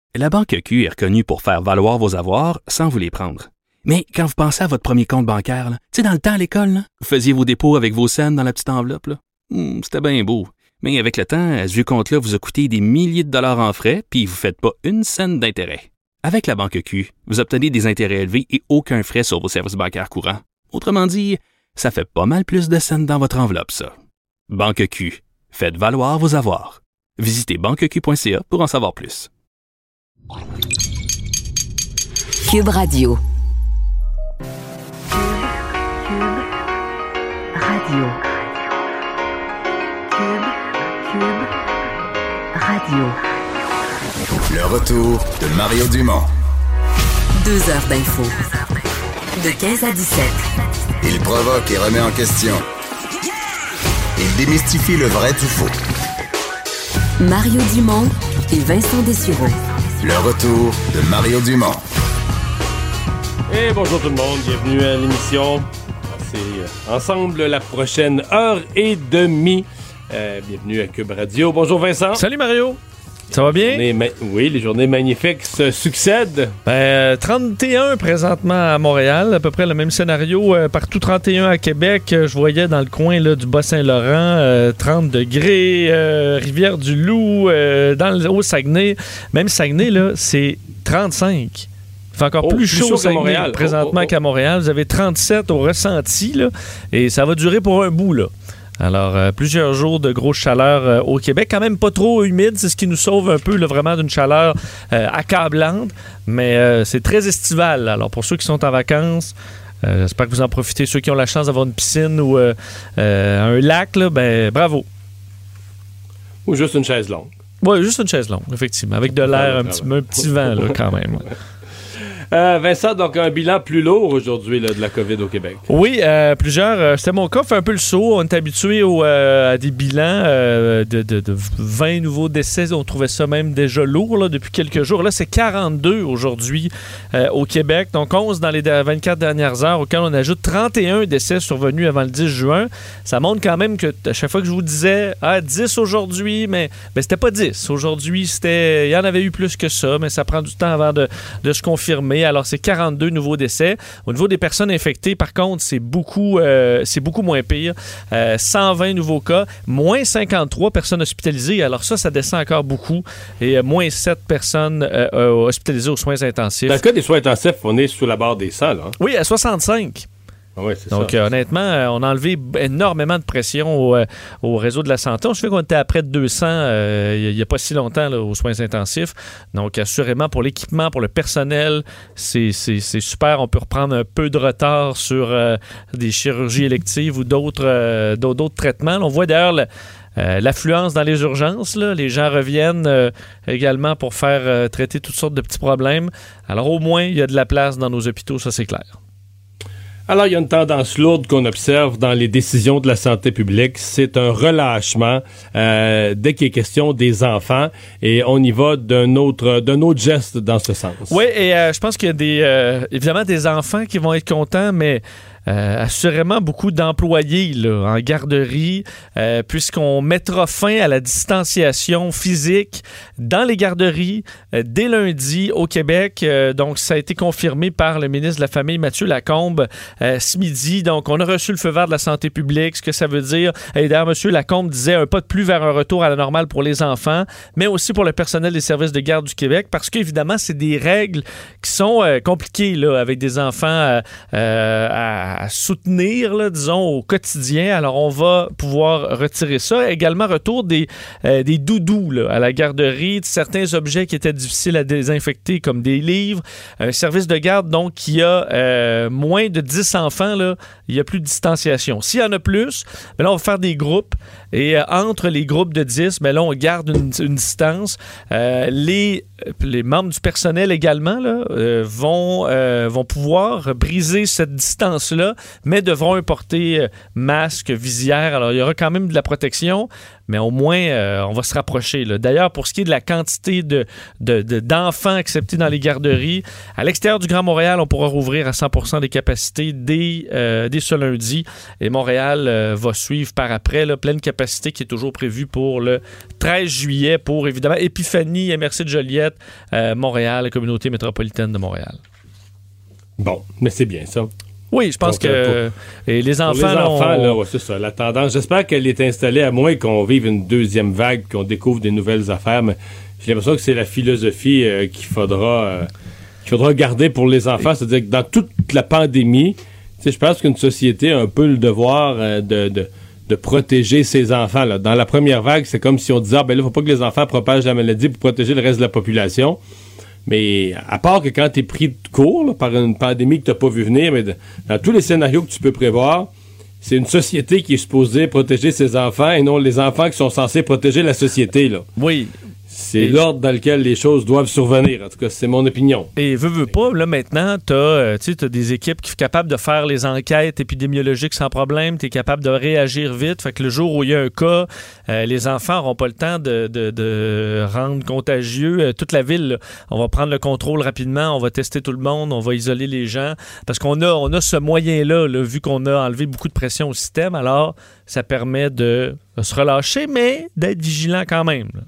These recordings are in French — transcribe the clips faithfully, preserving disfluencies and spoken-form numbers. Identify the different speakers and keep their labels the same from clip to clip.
Speaker 1: La Banque Q est reconnue pour faire valoir vos avoirs sans vous les prendre. Mais quand vous pensez à votre premier compte bancaire, tu sais, dans le temps à l'école, là, vous faisiez vos dépôts avec vos scènes dans la petite enveloppe. Là. Hum, c'était bien beau. Mais avec le temps, ce vieux compte-là vous a coûté des milliers de dollars en frais, puis vous ne faites pas une scène d'intérêt. Avec la Banque Q, vous obtenez des intérêts élevés et aucun frais sur vos services bancaires courants. Autrement dit, ça fait pas mal plus de scènes dans votre enveloppe, ça. Banque Q. Faites valoir vos avoirs. Visitez banque q point c a pour en savoir plus.
Speaker 2: Cube Radio.
Speaker 3: Cube Radio. Cube, Cube Radio.
Speaker 4: Le retour de Mario Dumont.
Speaker 2: Deux heures d'info. De quinze à dix-sept.
Speaker 4: Il provoque et remet en question. Il démystifie le vrai du faux.
Speaker 2: Mario Dumont et Vincent Dessureau.
Speaker 4: Le retour de Mario Dumont.
Speaker 5: Et bonjour tout le monde, bienvenue à l'émission. C'est ensemble la prochaine heure et demie. Euh, bienvenue à Cube Radio. Bonjour Vincent.
Speaker 6: Salut Mario. Ça va bien?
Speaker 5: Ma- oui, les journées magnifiques se succèdent.
Speaker 6: Ben, trente et un présentement à Montréal, à peu près le même scénario. Euh, partout trente et un à Québec. Euh, je voyais dans le coin là, du Bas-Saint-Laurent, euh, trente degrés, euh, Rivière-du-Loup, euh, dans le, au Saguenay. Même Saguenay, là, c'est trente-cinq. Il fait encore
Speaker 5: Oh,
Speaker 6: plus,
Speaker 5: plus
Speaker 6: chaud,
Speaker 5: chaud
Speaker 6: au
Speaker 5: qu'à
Speaker 6: Saguenay
Speaker 5: Montréal.
Speaker 6: présentement
Speaker 5: Oh, oh, oh.
Speaker 6: qu'à Montréal. Vous avez trente-sept au ressenti, là, et ça va durer pour un bout, là. Alors, euh, plusieurs jours de grosse chaleur euh, au Québec. Quand même pas trop humide, c'est ce qui nous sauve un peu là, vraiment d'une chaleur euh, accablante. Mais euh, c'est très estival. Alors, pour ceux qui sont en vacances, euh, j'espère que vous en profitez. Ceux qui ont la chance d'avoir une piscine ou euh, euh, un lac, là, ben bravo.
Speaker 5: Ou juste une chaise longue.
Speaker 6: Oui, juste une chaise longue, effectivement. Avec de l'air, un petit, un petit vent là, quand même.
Speaker 5: Euh, Vincent, donc un bilan plus lourd aujourd'hui là, de la COVID au Québec.
Speaker 6: Oui, euh, plusieurs. Euh, c'était mon cas, fait un peu le saut. On est habitué au, euh, à des bilans euh, de, de, de vingt nouveaux décès. On trouvait ça même déjà lourd là, depuis quelques jours. Là, c'est quarante-deux aujourd'hui euh, au Québec. Donc onze dans les vingt-quatre dernières heures, auxquels on ajoute trente et un décès survenus avant le dix juin. Ça montre quand même que à chaque fois que je vous disais ah, dix aujourd'hui, mais ben, c'était pas dix. Aujourd'hui, c'était il y en avait eu plus que ça, mais ça prend du temps avant de, de se confirmer. Alors, c'est quarante-deux nouveaux décès. Au niveau des personnes infectées, par contre, c'est beaucoup, euh, c'est beaucoup moins pire. Euh, cent vingt nouveaux cas, moins cinquante-trois personnes hospitalisées. Alors ça, ça descend encore beaucoup. Et euh, moins sept personnes euh, euh, hospitalisées aux soins intensifs.
Speaker 5: Dans le cas des soins intensifs, on est sous la barre des cent, là. Hein?
Speaker 6: Oui, à soixante-cinq.
Speaker 5: Ah ouais, c'est
Speaker 6: Donc,
Speaker 5: ça.
Speaker 6: euh, honnêtement, euh, on a enlevé énormément de pression au, euh, au réseau de la santé. On se fait qu'on était à près de deux cents euh, il n'y a pas si longtemps là, aux soins intensifs. Donc, assurément, pour l'équipement, pour le personnel, c'est, c'est, c'est super. On peut reprendre un peu de retard sur euh, des chirurgies électives ou d'autres, euh, d'autres traitements. Là, on voit d'ailleurs le, Euh, l'affluence dans les urgences, là, les gens reviennent euh, également pour faire euh, traiter toutes sortes de petits problèmes. Alors au moins, il y a de la place dans nos hôpitaux, ça c'est clair.
Speaker 5: Alors, il y a une tendance lourde qu'on observe dans les décisions de la santé publique. C'est un relâchement euh, dès qu'il est question des enfants. Et on y va d'un autre, d'un autre geste dans ce sens.
Speaker 6: Oui, et euh, je pense qu'il y a des, euh, évidemment des enfants qui vont être contents, mais Euh, assurément beaucoup d'employés là, en garderie, euh, puisqu'on mettra fin à la distanciation physique dans les garderies euh, dès lundi au Québec. Euh, donc, ça a été confirmé par le ministre de la Famille, Mathieu Lacombe, euh, ce midi. Donc, on a reçu le feu vert de la santé publique, ce que ça veut dire. Et d'ailleurs, M. Lacombe disait un pas de plus vers un retour à la normale pour les enfants, mais aussi pour le personnel des services de garde du Québec, parce qu'évidemment, c'est des règles qui sont euh, compliquées là, avec des enfants euh, euh, à à soutenir, là, disons, au quotidien. Alors, on va pouvoir retirer ça. Également, retour des, euh, des doudous là, à la garderie, de certains objets qui étaient difficiles à désinfecter, comme des livres. Un service de garde, donc, qui a euh, moins de dix enfants, là, il n'y a plus de distanciation. S'il y en a plus, bien là, on va faire des groupes. Et euh, entre les groupes de dix, bien là, on garde une, une distance. Euh, les, les membres du personnel également là, euh, vont, euh, vont pouvoir briser cette distance-là, mais devront porter euh, masque, visière. Alors, il y aura quand même de la protection, mais au moins, euh, on va se rapprocher. Là. D'ailleurs, pour ce qui est de la quantité de, de, de, d'enfants acceptés dans les garderies, à l'extérieur du Grand Montréal, on pourra rouvrir à cent pour cent des capacités dès, euh, dès ce lundi. Et Montréal euh, va suivre par après, là, pleine capacité qui est toujours prévue pour le treize juillet pour, évidemment, Épiphanie, M R C de Joliette, euh, Montréal, la communauté métropolitaine de Montréal.
Speaker 5: Bon, mais c'est bien ça.
Speaker 6: Oui, je pense
Speaker 5: Donc,
Speaker 6: que
Speaker 5: euh, pour,
Speaker 6: et les enfants,
Speaker 5: pour les enfants,
Speaker 6: là, on...
Speaker 5: là, ouais, c'est ça, la tendance. J'espère qu'elle est installée, à moins qu'on vive une deuxième vague, qu'on découvre des nouvelles affaires, mais j'ai l'impression que c'est la philosophie euh, qu'il faudra euh, qu'il faudra garder pour les enfants. C'est-à-dire que dans toute la pandémie, je pense qu'une société a un peu le devoir euh, de, de, de protéger ses enfants. Là. Dans la première vague, c'est comme si on disait, ah, ben là, il ne faut pas que les enfants propagent la maladie pour protéger le reste de la population. Mais à part que quand tu es pris de court là, par une pandémie que tu n'as pas vu venir, mais de, dans tous les scénarios que tu peux prévoir, c'est une société qui est supposée protéger ses enfants et non les enfants qui sont censés protéger la société. Là.
Speaker 6: Oui.
Speaker 5: C'est et l'ordre dans lequel les choses doivent survenir. En tout cas, c'est mon opinion.
Speaker 6: Et veux, veux pas, là, maintenant, tu as euh, des équipes qui sont capables de faire les enquêtes épidémiologiques sans problème. Tu es capable de réagir vite. Fait que le jour où il y a un cas, euh, les enfants n'auront pas le temps de, de, de rendre contagieux euh, toute la ville. Là. On va prendre le contrôle rapidement. On va tester tout le monde. On va isoler les gens. Parce qu'on a, on a ce moyen-là, là, vu qu'on a enlevé beaucoup de pression au système. Alors, ça permet de, de se relâcher, mais d'être vigilant quand même. Là.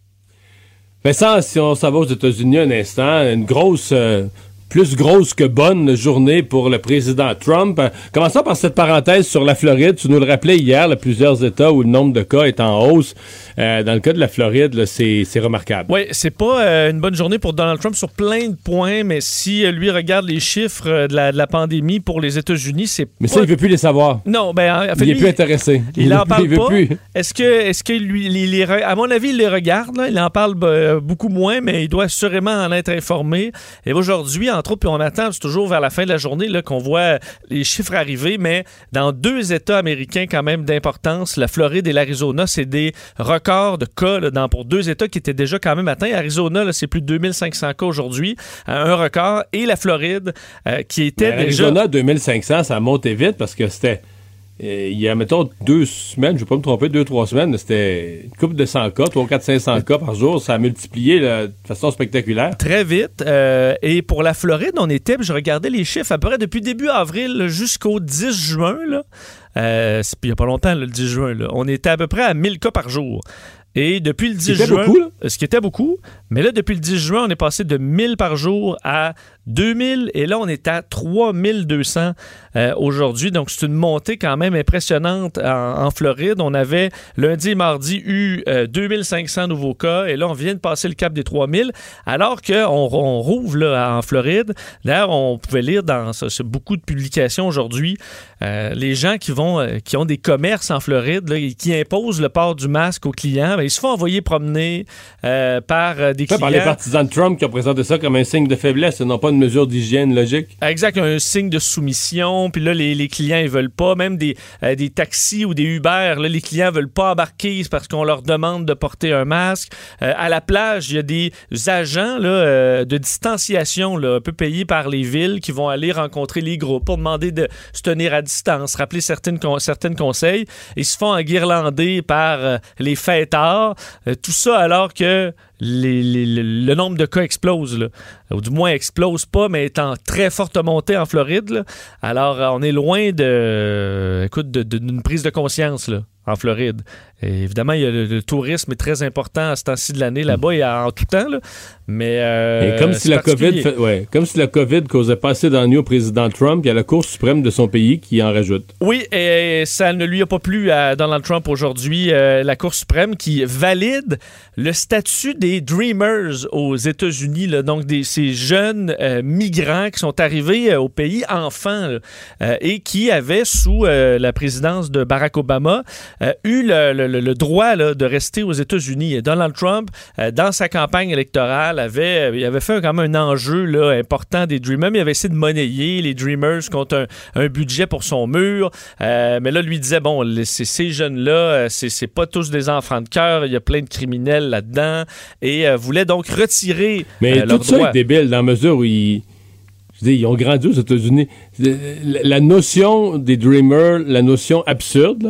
Speaker 5: Vincent, si on s'en va aux États-Unis un instant, une grosse, euh, plus grosse que bonne journée pour le président Trump. Euh, commençons par cette parenthèse sur la Floride. Tu nous le rappelais hier, là, plusieurs États où le nombre de cas est en hausse. Euh, dans le cas de la Floride, là, c'est, c'est remarquable.
Speaker 6: Oui, c'est pas euh, une bonne journée pour Donald Trump sur plein de points, mais si euh, lui regarde les chiffres euh, de, la, de la pandémie pour les États-Unis, c'est
Speaker 5: Mais
Speaker 6: pas...
Speaker 5: ça, il veut plus les savoir.
Speaker 6: Non, ben en fait,
Speaker 5: il est
Speaker 6: lui,
Speaker 5: plus intéressé.
Speaker 6: Il,
Speaker 5: il
Speaker 6: en parle
Speaker 5: plus, il
Speaker 6: pas.
Speaker 5: veut plus.
Speaker 6: Est-ce que, est-ce que lui, les, les, à mon avis, il les regarde. Là. Il en parle euh, beaucoup moins, mais il doit assurément en être informé. Et aujourd'hui, entre autres, puis on attend, c'est toujours vers la fin de la journée là, qu'on voit les chiffres arriver, mais dans deux États américains quand même d'importance, la Floride et l'Arizona, c'est des records de cas là, dans, pour deux États qui étaient déjà quand même atteints. Arizona, là, c'est plus de deux mille cinq cents cas aujourd'hui, euh, un record. Et la Floride, euh, qui était
Speaker 5: mais
Speaker 6: déjà...
Speaker 5: Arizona, deux mille cinq cents, ça a monté vite parce que c'était... Euh, il y a, mettons, deux semaines, je ne vais pas me tromper, deux, trois semaines, c'était une couple de cent cas, trois, quatre, cinq cents cas par jour. Ça a multiplié là, de façon spectaculaire.
Speaker 6: Très vite. Euh, et pour la Floride, on était, je regardais les chiffres, à peu près depuis début avril jusqu'au dix juin, là, euh, c'est, il n'y a pas longtemps, là, le dix juin, là, on était à peu près à mille cas par jour. Et depuis le dix juin...
Speaker 5: Beaucoup, là?
Speaker 6: Ce qui était beaucoup. Mais là, depuis le dix juin, on est passé de mille par jour à deux mille. Et là, on est à trois mille deux cents euh, aujourd'hui. Donc, c'est une montée quand même impressionnante en, en Floride. On avait lundi et mardi eu euh, deux mille cinq cents nouveaux cas. Et là, on vient de passer le cap des trois mille. Alors qu'on on rouvre là, en Floride. D'ailleurs, on pouvait lire dans ça, c'est beaucoup de publications aujourd'hui. Euh, les gens qui vont, euh, qui ont des commerces en Floride, là, qui imposent le port du masque aux clients, bien, ils se font envoyer promener euh, par euh, des clients.
Speaker 5: Par les partisans de Trump qui ont présenté ça comme un signe de faiblesse et non pas une mesure d'hygiène logique.
Speaker 6: Exact, un signe de soumission. Puis là, les, les clients, ils veulent pas. Même des, euh, des taxis ou des Uber, là, les clients veulent pas embarquer parce qu'on leur demande de porter un masque. Euh, à la plage, il y a des agents là, euh, de distanciation là, un peu payés par les villes qui vont aller rencontrer les groupes pour demander de se tenir à distance, rappeler certaines, con- certaines conseils. Ils se font enguirlander par euh, les fêtards. Euh, tout ça alors que Les, les, le nombre de cas explose, là. Ou du moins explose pas, mais est en très forte montée en Floride. Là. Alors, on est loin de, euh, écoute, de, de, d'une prise de conscience là, en Floride. Et évidemment, il y a le, le tourisme est très important à ce temps-ci de l'année là-bas et en tout temps. Là. Mais euh,
Speaker 5: et comme si la COVID, fait, ouais, comme si la COVID causait pas assez d'ennuis au président Trump, il y a la Cour suprême de son pays qui en rajoute.
Speaker 6: Oui, et ça ne lui a pas plu à Donald Trump aujourd'hui. Euh, la Cour suprême qui valide le statut des Dreamers aux États-Unis, là, donc des, ces jeunes euh, migrants qui sont arrivés euh, au pays enfants là, euh, et qui avaient, sous euh, la présidence de Barack Obama, euh, eu le, le, le droit là, de rester aux États-Unis. Et Donald Trump, euh, dans sa campagne électorale, avait, il avait fait quand même un enjeu là, important des Dreamers, mais il avait essayé de monnayer les Dreamers contre un, un budget pour son mur. Euh, mais là, lui disait, bon, les, ces, ces jeunes-là, c'est, c'est pas tous des enfants de cœur, il y a plein de criminels là-dedans, et euh, voulait donc retirer
Speaker 5: mais
Speaker 6: euh, leur
Speaker 5: tout ça
Speaker 6: droit.
Speaker 5: est débile dans la mesure où ils, je dis, ils ont grandi aux États-Unis. La, la notion des Dreamers, la notion absurde, là,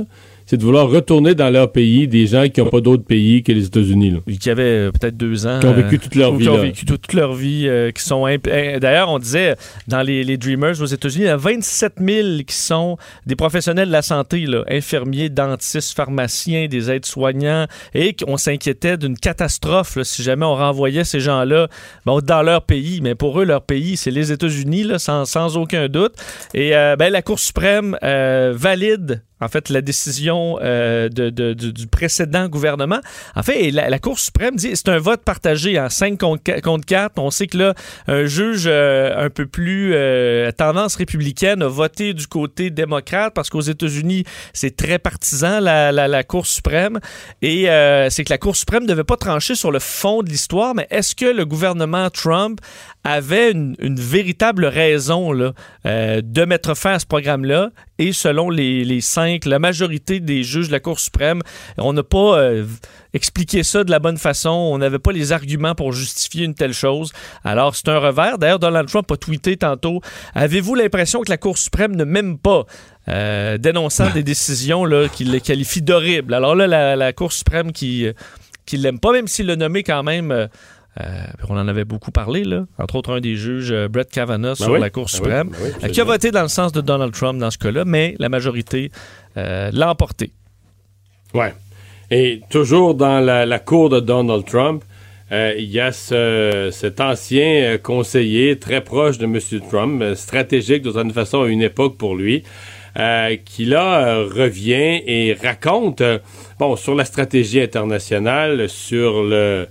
Speaker 5: c'est de vouloir retourner dans leur pays des gens qui n'ont pas d'autres pays que les États-Unis. Là.
Speaker 6: Qui avaient euh, peut-être deux ans.
Speaker 5: Qui ont vécu toute leur
Speaker 6: euh,
Speaker 5: vie.
Speaker 6: Qui ont
Speaker 5: là.
Speaker 6: vécu toute leur vie, euh, qui sont... Imp... D'ailleurs, on disait, dans les, les Dreamers aux États-Unis, il y a vingt-sept mille qui sont des professionnels de la santé, là, infirmiers, dentistes, pharmaciens, des aides-soignants, et on s'inquiétait d'une catastrophe là, si jamais on renvoyait ces gens-là bon, dans leur pays. Mais pour eux, leur pays, c'est les États-Unis, là, sans, sans aucun doute. Et euh, ben, la Cour suprême euh, valide en fait, la décision euh, de, de, de, du précédent gouvernement. En fait, la, la Cour suprême dit c'est un vote partagé en cinq contre quatre. On sait que là, un juge euh, un peu plus euh, tendance républicaine a voté du côté démocrate parce qu'aux États-Unis, c'est très partisan, la, la, la Cour suprême. Et euh, c'est que la Cour suprême ne devait pas trancher sur le fond de l'histoire, mais est-ce que le gouvernement Trump avait une, une véritable raison là, euh, de mettre fin à ce programme-là? Et selon les, les cinq, la majorité des juges de la Cour suprême, on n'a pas euh, expliqué ça de la bonne façon. On n'avait pas les arguments pour justifier une telle chose. Alors, c'est un revers. D'ailleurs, Donald Trump a tweeté tantôt « Avez-vous l'impression que la Cour suprême ne m'aime pas? Euh, » dénonçant des décisions là, qu'il les qualifie d'horribles. Alors là, la, la Cour suprême qui qui l'aime pas, même s'il l'a nommé quand même... Euh, Euh, on en avait beaucoup parlé, là. Entre autres, un des juges, euh, Brett Kavanaugh, ben sur oui, la Cour ben suprême, oui, ben oui, euh, qui a voté dans le sens de Donald Trump dans ce cas-là, mais la majorité euh, l'a emporté.
Speaker 5: Ouais. Et toujours dans la, la cour de Donald Trump, euh, il y a ce, cet ancien conseiller très proche de M. Trump, euh, stratégique de toute façon à une époque pour lui, euh, qui là euh, revient et raconte, euh, bon, sur la stratégie internationale, sur le...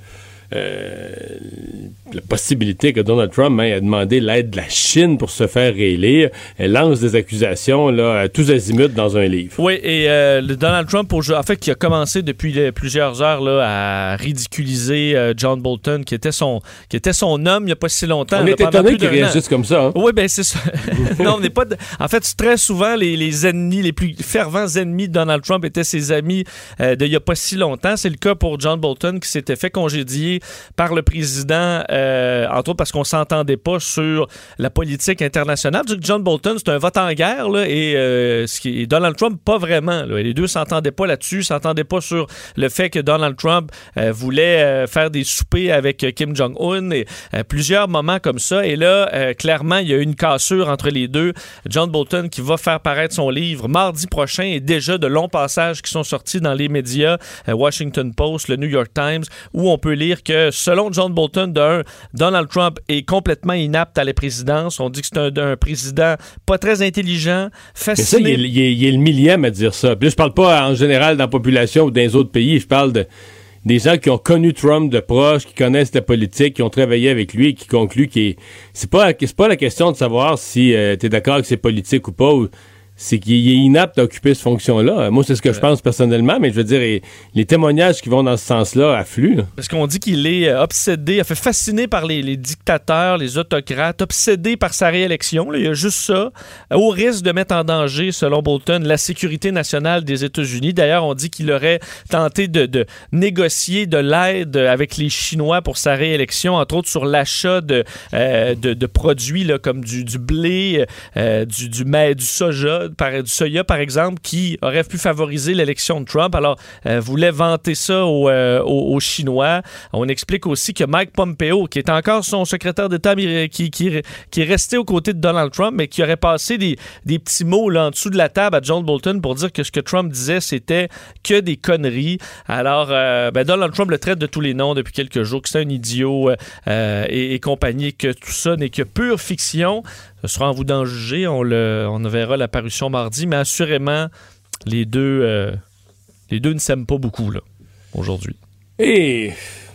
Speaker 5: Euh, la possibilité que Donald Trump hein, ait demandé l'aide de la Chine pour se faire réélire. Elle lance des accusations là, à tous azimuts dans un livre.
Speaker 6: Oui, et euh, le Donald Trump, au jeu, en fait, qui a commencé depuis les, plusieurs heures là, à ridiculiser euh, John Bolton, qui était son qui était son homme il n'y a pas si longtemps.
Speaker 5: On là, est étonné qu'il réagisse comme ça. Hein?
Speaker 6: Oui, bien c'est ça. non, on n'est pas... De... En fait, très souvent, les, les ennemis, les plus fervents ennemis de Donald Trump étaient ses amis euh, d'il n'y a pas si longtemps. C'est le cas pour John Bolton, qui s'était fait congédier par le président, euh, entre autres parce qu'on ne s'entendait pas sur la politique internationale. John Bolton, c'est un vote en guerre, là, et, euh, ce qui, et Donald Trump, pas vraiment. Là. Les deux ne s'entendaient pas là-dessus, ne s'entendaient pas sur le fait que Donald Trump euh, voulait euh, faire des soupers avec euh, Kim Jong-un, et euh, plusieurs moments comme ça. Et là, euh, clairement, il y a eu une cassure entre les deux. John Bolton, qui va faire paraître son livre mardi prochain, et déjà de longs passages qui sont sortis dans les médias, euh, Washington Post, le New York Times, où on peut lire que selon John Bolton, d'un, Donald Trump est complètement inapte à la présidence. On dit que c'est un, un président pas très intelligent, fasciné.
Speaker 5: Mais ça, il est, il, est, il est le millième à dire ça. Puis là, je parle pas en général dans la population ou dans les autres pays. Je parle de des gens qui ont connu Trump de proche, qui connaissent la politique, qui ont travaillé avec lui et qui concluent que c'est pas, c'est pas la question de savoir si euh, tu es d'accord avec ses politiques ou pas, ou c'est qu'il est inapte à occuper cette fonction-là. Moi, c'est ce que je pense personnellement, mais je veux dire, les, les témoignages qui vont dans ce sens-là affluent. Là.
Speaker 6: Parce qu'on dit qu'il est obsédé, fait fasciné par les, les dictateurs, les autocrates, obsédé par sa réélection. Là, il y a juste ça, au risque de mettre en danger, selon Bolton, la sécurité nationale des États-Unis. D'ailleurs, on dit qu'il aurait tenté de, de négocier de l'aide avec les Chinois pour sa réélection, entre autres sur l'achat de, euh, de, de produits là, comme du, du blé, euh, du, du, du, du soja, Par, du soya, par exemple, qui aurait pu favoriser l'élection de Trump. Alors, euh, voulait vanter ça aux, euh, aux, aux Chinois. On explique aussi que Mike Pompeo, qui est encore son secrétaire d'État, qui, qui, qui est resté aux côtés de Donald Trump, mais qui aurait passé des, des petits mots là, en dessous de la table à John Bolton pour dire que ce que Trump disait, c'était que des conneries. Alors, euh, ben Donald Trump le traite de tous les noms depuis quelques jours, que c'est un idiot euh, et, et compagnie, que tout ça n'est que pure fiction. Ce sera en vous d'en juger. On, le, on verra la parution mardi, mais assurément, les deux, euh, les deux ne s'aiment pas beaucoup là, aujourd'hui.
Speaker 5: Et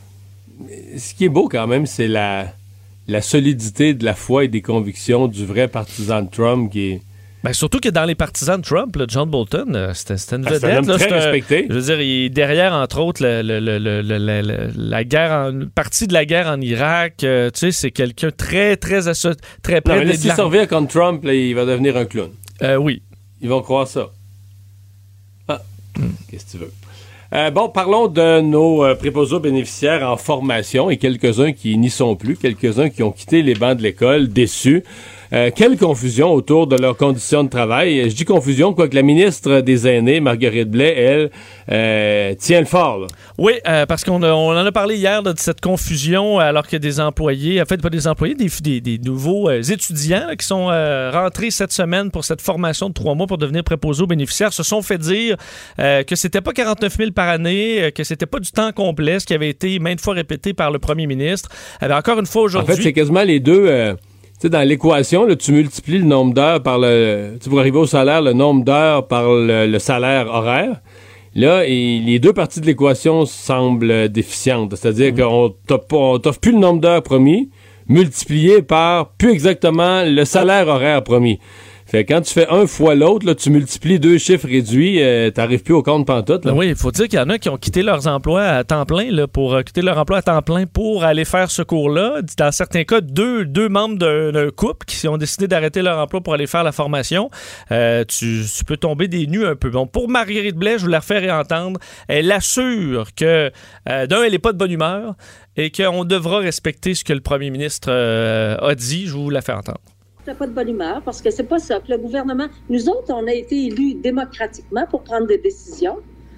Speaker 5: ce qui est beau quand même, c'est la, la solidité de la foi et des convictions du vrai partisan de Trump qui est...
Speaker 6: Ben, surtout que dans les partisans de Trump, là, John Bolton, euh, c'était, c'était une
Speaker 5: ah,
Speaker 6: vedette.
Speaker 5: C'est un homme
Speaker 6: là,
Speaker 5: très
Speaker 6: c'est
Speaker 5: respecté.
Speaker 6: Un, je veux dire, il est derrière, entre autres, le, le, le, le, le, le, la guerre, en, une partie de la guerre en Irak. Euh, tu sais, c'est quelqu'un très, très, asso- très près.
Speaker 5: Non, mais s'il survient contre Trump, là, il va devenir un clown.
Speaker 6: Euh, oui.
Speaker 5: Ils vont croire ça. Ah, mm. Qu'est-ce que tu veux? Euh, bon, parlons de nos euh, préposés bénéficiaires en formation et quelques-uns qui n'y sont plus, quelques-uns qui ont quitté les bancs de l'école déçus. Euh, quelle confusion autour de leurs conditions de travail. Je dis confusion, quoique la ministre des Aînés, Marguerite Blais, elle, euh, tient le fort. Là.
Speaker 6: Oui, euh, parce qu'on a, on en a parlé hier là, de cette confusion, alors que des employés, en fait, pas des employés, des, des, des nouveaux euh, étudiants là, qui sont euh, rentrés cette semaine pour cette formation de trois mois pour devenir préposés aux bénéficiaires, se sont fait dire euh, que c'était pas quarante-neuf mille par année, euh, que c'était pas du temps complet, ce qui avait été maintes fois répété par le premier ministre. Alors, encore une fois, aujourd'hui...
Speaker 5: En fait, c'est quasiment les deux... Euh... Tu sais, dans l'équation, là, tu multiplies le nombre d'heures par le... Tu pour arriver au salaire, le nombre d'heures par le, le salaire horaire. Là, et les deux parties de l'équation semblent déficientes. C'est-à-dire mmh. qu'on t'offre, t'offre plus le nombre d'heures promis, multiplié par plus exactement le salaire horaire promis. Fait que quand tu fais un fois l'autre, là, tu multiplies deux chiffres réduits, euh, t'arrives plus au compte pantoute. Là.
Speaker 6: Oui, il faut dire qu'il y en a qui ont quitté leurs emplois à temps plein, là, pour euh, quitter leur emploi à temps plein pour aller faire ce cours-là. Dans certains cas, deux, deux membres d'un, d'un couple qui ont décidé d'arrêter leur emploi pour aller faire la formation. Euh, tu, tu peux tomber des nues un peu. Bon, pour Marguerite Blais, je vous la refais réentendre. Elle assure que, euh, d'un, elle n'est pas de bonne humeur et qu'on devra respecter ce que le premier ministre euh, a dit. Je vous la fais entendre.
Speaker 7: Pas de bonne humeur, parce que c'est pas ça que le gouvernement... Nous autres, on a été élus démocratiquement pour prendre des décisions.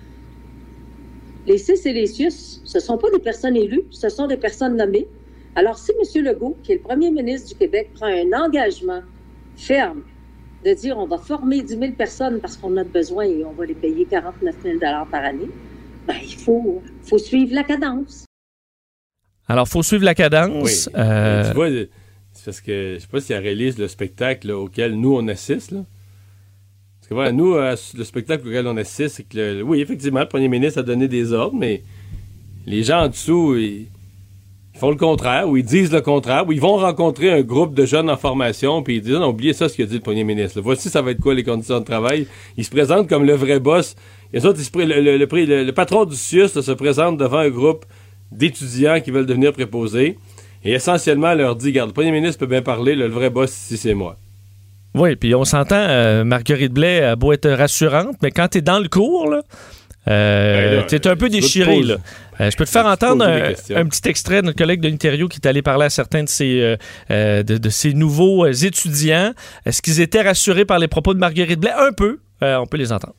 Speaker 7: Les C I S et les C I U S, ce sont pas des personnes élues, ce sont des personnes nommées. Alors, si M. Legault, qui est le premier ministre du Québec, prend un engagement ferme de dire on va former dix mille personnes parce qu'on a besoin et on va les payer quarante-neuf mille dollars par année, ben, il faut, faut suivre la cadence.
Speaker 6: Alors, il faut suivre la cadence.
Speaker 5: Oui.
Speaker 6: Euh...
Speaker 5: Tu vois... C'est parce que je sais pas si elle réalise le spectacle là, auquel nous on assiste. Là. Parce que voilà, nous, euh, le spectacle auquel on assiste, c'est que le, oui, effectivement, le premier ministre a donné des ordres, mais les gens en dessous, ils, ils font le contraire, ou ils disent le contraire, ou ils vont rencontrer un groupe de jeunes en formation, puis ils disent non, oubliez ça, ce qu'a dit le premier ministre. Là. Voici, ça va être quoi les conditions de travail. Il se présente comme le vrai boss. Et ça, le, le, le, le, le patron du C I U S là, se présente devant un groupe d'étudiants qui veulent devenir préposés. Et essentiellement, elle leur dit, regarde, le premier ministre peut bien parler, le vrai boss ici, c'est moi.
Speaker 6: Oui, puis on s'entend, euh, Marguerite Blais a beau être rassurante, mais quand t'es dans le cours, là, euh, ben là, t'es un peu déchiré. Là. Euh, je peux te faire entendre un, un petit extrait de notre collègue de l'Interview qui est allé parler à certains de ces, euh, euh, de, de ces nouveaux euh, étudiants. Est-ce qu'ils étaient rassurés par les propos de Marguerite Blais? Un peu. Euh, on peut les entendre.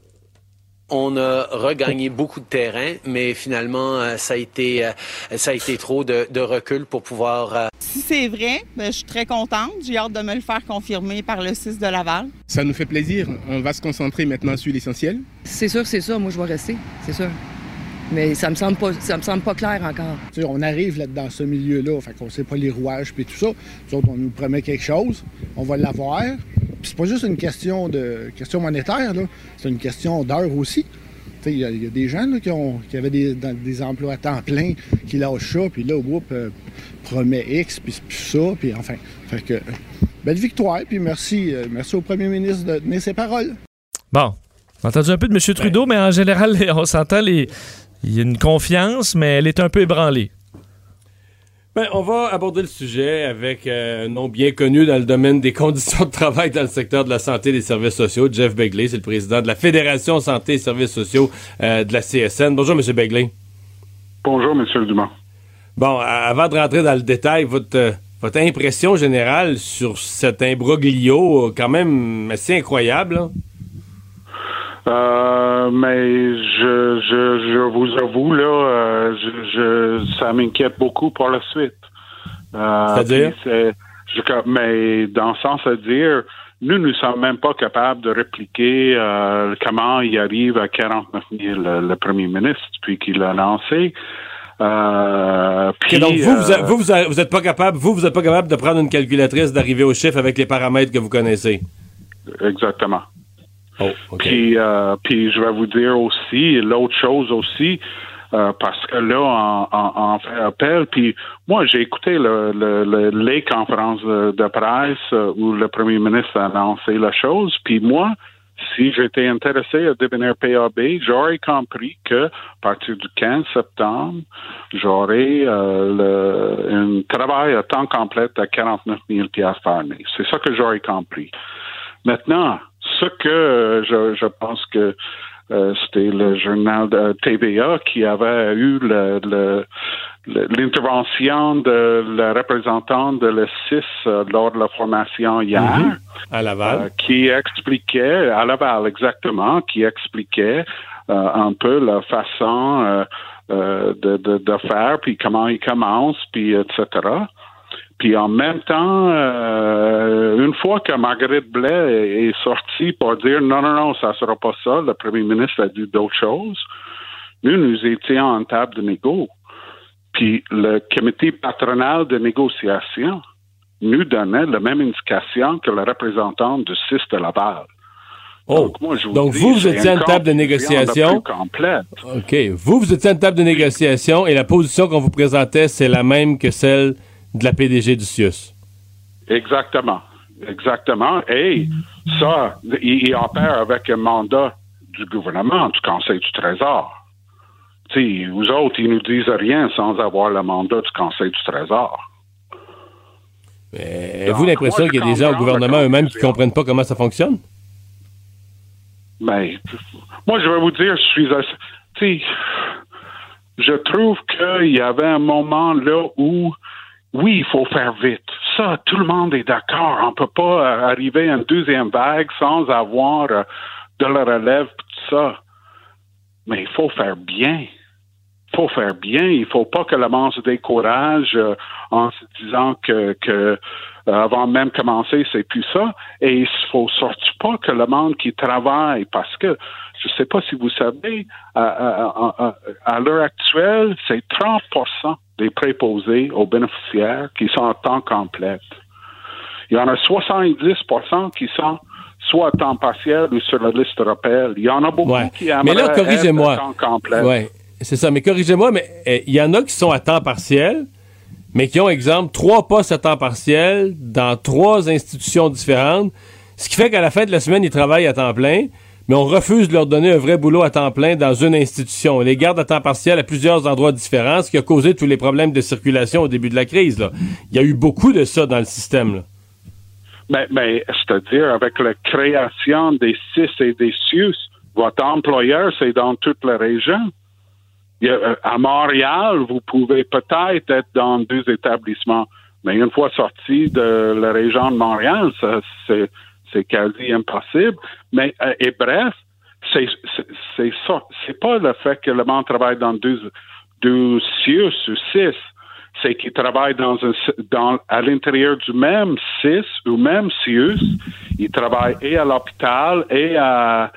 Speaker 8: On a regagné beaucoup de terrain, mais finalement, ça a été, ça a été trop de, de recul pour pouvoir...
Speaker 9: Si c'est vrai, ben, je suis très contente. J'ai hâte de me le faire confirmer par le C I S de Laval.
Speaker 10: Ça nous fait plaisir. On va se concentrer maintenant sur l'essentiel.
Speaker 11: C'est sûr, c'est ça. Moi, je vais rester. C'est sûr. Mais ça me semble pas, ça me semble pas clair encore.
Speaker 12: T'sais, on arrive là, dans ce milieu-là, fait qu'on sait pas les rouages puis tout ça. Nous autres, on nous promet quelque chose, on va l'avoir. Puis c'est pas juste une question de question monétaire, là. C'est une question d'heure aussi. Il y, y a des gens là, qui, ont, qui avaient des, dans, des emplois à temps plein, qui lâchent ça, puis là, whoop, euh, promet X, puis ça, puis enfin. Fait que, euh, belle victoire, puis merci, euh, merci au premier ministre de donner ses paroles.
Speaker 6: Bon, on a entendu un peu de M. Trudeau, mais en général, on s'entend les... Il y a une confiance, mais elle est un peu ébranlée.
Speaker 5: Ben, on va aborder le sujet avec euh, un nom bien connu dans le domaine des conditions de travail dans le secteur de la santé et des services sociaux. Jeff Begley, c'est le président de la Fédération Santé et Services sociaux euh, de la C S N. Bonjour, M. Begley.
Speaker 13: Bonjour, M. Dumont.
Speaker 5: Bon, avant de rentrer dans le détail, votre, euh, votre impression générale sur cet imbroglio, quand même assez incroyable, là?
Speaker 13: Euh, mais je, je, je vous avoue, là, euh, je, je, ça m'inquiète beaucoup pour la suite. Euh,
Speaker 5: C'est-à-dire?
Speaker 13: C'est, je, mais dans le sens à dire, nous ne sommes même pas capables de répliquer euh, comment il arrive à quarante-neuf mille, le, le premier ministre, depuis qu'il l'a lancé. Euh, puis,
Speaker 5: okay, donc vous,
Speaker 13: euh,
Speaker 5: vous, vous, vous êtes pas capable, vous, vous êtes pas capable de prendre une calculatrice, d'arriver au chiffre avec les paramètres que vous connaissez.
Speaker 13: Exactement.
Speaker 5: Oh, okay.
Speaker 13: Puis, euh, puis je vais vous dire aussi, l'autre chose aussi, euh, parce que là, on, on, on fait appel, puis moi, j'ai écouté le, le, le, les conférences de, de presse euh, où le premier ministre a annoncé la chose, puis moi, si j'étais intéressé à devenir P A B, j'aurais compris que à partir du quinze septembre, j'aurais euh, le, un travail à temps complet à quarante-neuf mille dollars par année. C'est ça que j'aurais compris. Maintenant, ce que euh, je, je pense que euh, c'était le journal de T V A qui avait eu le, le, l'intervention de le représentant de l'E S I S euh, lors de la formation hier.
Speaker 5: Mm-hmm. À Laval.
Speaker 13: Euh, qui expliquait, à Laval exactement, qui expliquait euh, un peu la façon euh, euh, de, de, de faire, puis comment il commence, puis et cetera. Puis en même temps, euh, une fois que Marguerite Blais est sortie pour dire non, non, non, ça sera pas ça, le premier ministre a dit d'autres choses, nous, nous étions en table de négo. Puis le comité patronal de négociation nous donnait la même indication que le représentant du S I S de Laval.
Speaker 5: Oh, donc, moi, je vous, donc dis, vous, vous étiez à une table de négociation. OK. Vous, vous étiez à une table de négociation et la position qu'on vous présentait, c'est la même que celle de la P D G du C I U S.
Speaker 13: Exactement. Exactement. Et ça, il, il opère avec un mandat du gouvernement, du Conseil du Trésor. T'sais, vous autres, ils nous disent rien sans avoir le mandat du Conseil du Trésor.
Speaker 5: Mais avez-vous l'impression qu'il y a des gens au gouvernement eux-mêmes qui ne comprennent pas comment ça fonctionne?
Speaker 13: Ben, moi, je vais vous dire, je suis... Tu sais, je trouve qu'il y avait un moment là où, oui, il faut faire vite. Ça, tout le monde est d'accord. On ne peut pas arriver à une deuxième vague sans avoir de la relève, tout ça. Mais il faut faire bien. Il faut faire bien. Il ne faut pas que le monde se décourage euh, en se disant que, que euh, avant même commencer, c'est plus ça. Et il ne faut surtout pas que le monde qui travaille, parce que je ne sais pas si vous savez, à, à, à, à l'heure actuelle, c'est trente pour cent des préposés aux bénéficiaires qui sont à temps complet. Il y en a soixante-dix pour cent qui sont soit à temps partiel ou sur la liste rappel. Il y en a beaucoup ouais. qui aimeraient
Speaker 5: mais là, corrigez-moi.
Speaker 13: être à temps complet.
Speaker 5: Ouais. C'est ça, mais corrigez-moi, mais il eh, y en a qui sont à temps partiel, mais qui ont, exemple, trois postes à temps partiel dans trois institutions différentes, ce qui fait qu'à la fin de la semaine, ils travaillent à temps plein, mais on refuse de leur donner un vrai boulot à temps plein dans une institution. On les garde à temps partiel à plusieurs endroits différents, ce qui a causé tous les problèmes de circulation au début de la crise. Là. Il y a eu beaucoup de ça dans le système. Là.
Speaker 13: Mais, mais c'est-à-dire, avec la création des C I S et des C I U S, votre employeur, c'est dans toute la région. Il y a, à Montréal, vous pouvez peut-être être dans deux établissements, mais une fois sorti de la région de Montréal, ça, c'est, c'est quasi impossible. Mais euh, et bref, c'est, c'est, c'est ça. C'est pas le fait que le monde travaille dans deux, deux C I U S ou six, c'est qu'il travaille dans un, dans, à l'intérieur du même C I S ou même C I U S. Il travaille et à l'hôpital et à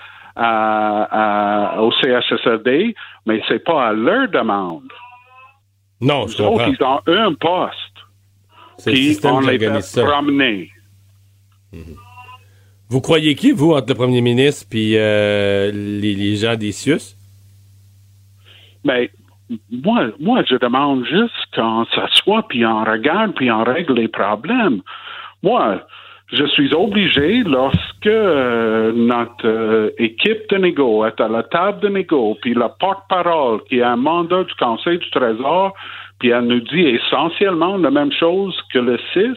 Speaker 13: À, à, au C H S L D, mais c'est pas à leur demande.
Speaker 5: Non, je comprends.
Speaker 13: Ils ont un poste.
Speaker 5: C'est puis le on les fait
Speaker 13: promener.
Speaker 5: Mm-hmm. Vous croyez qui, vous, entre le premier ministre puis euh, les, les gens des C I U S?
Speaker 13: Mais moi, moi, je demande juste qu'on s'assoit puis on regarde puis on règle les problèmes. Moi, je suis obligé, lorsque euh, notre euh, équipe de négo est à la table de négo, puis la porte-parole qui a un mandat du Conseil du Trésor, puis elle nous dit essentiellement la même chose que le S I S,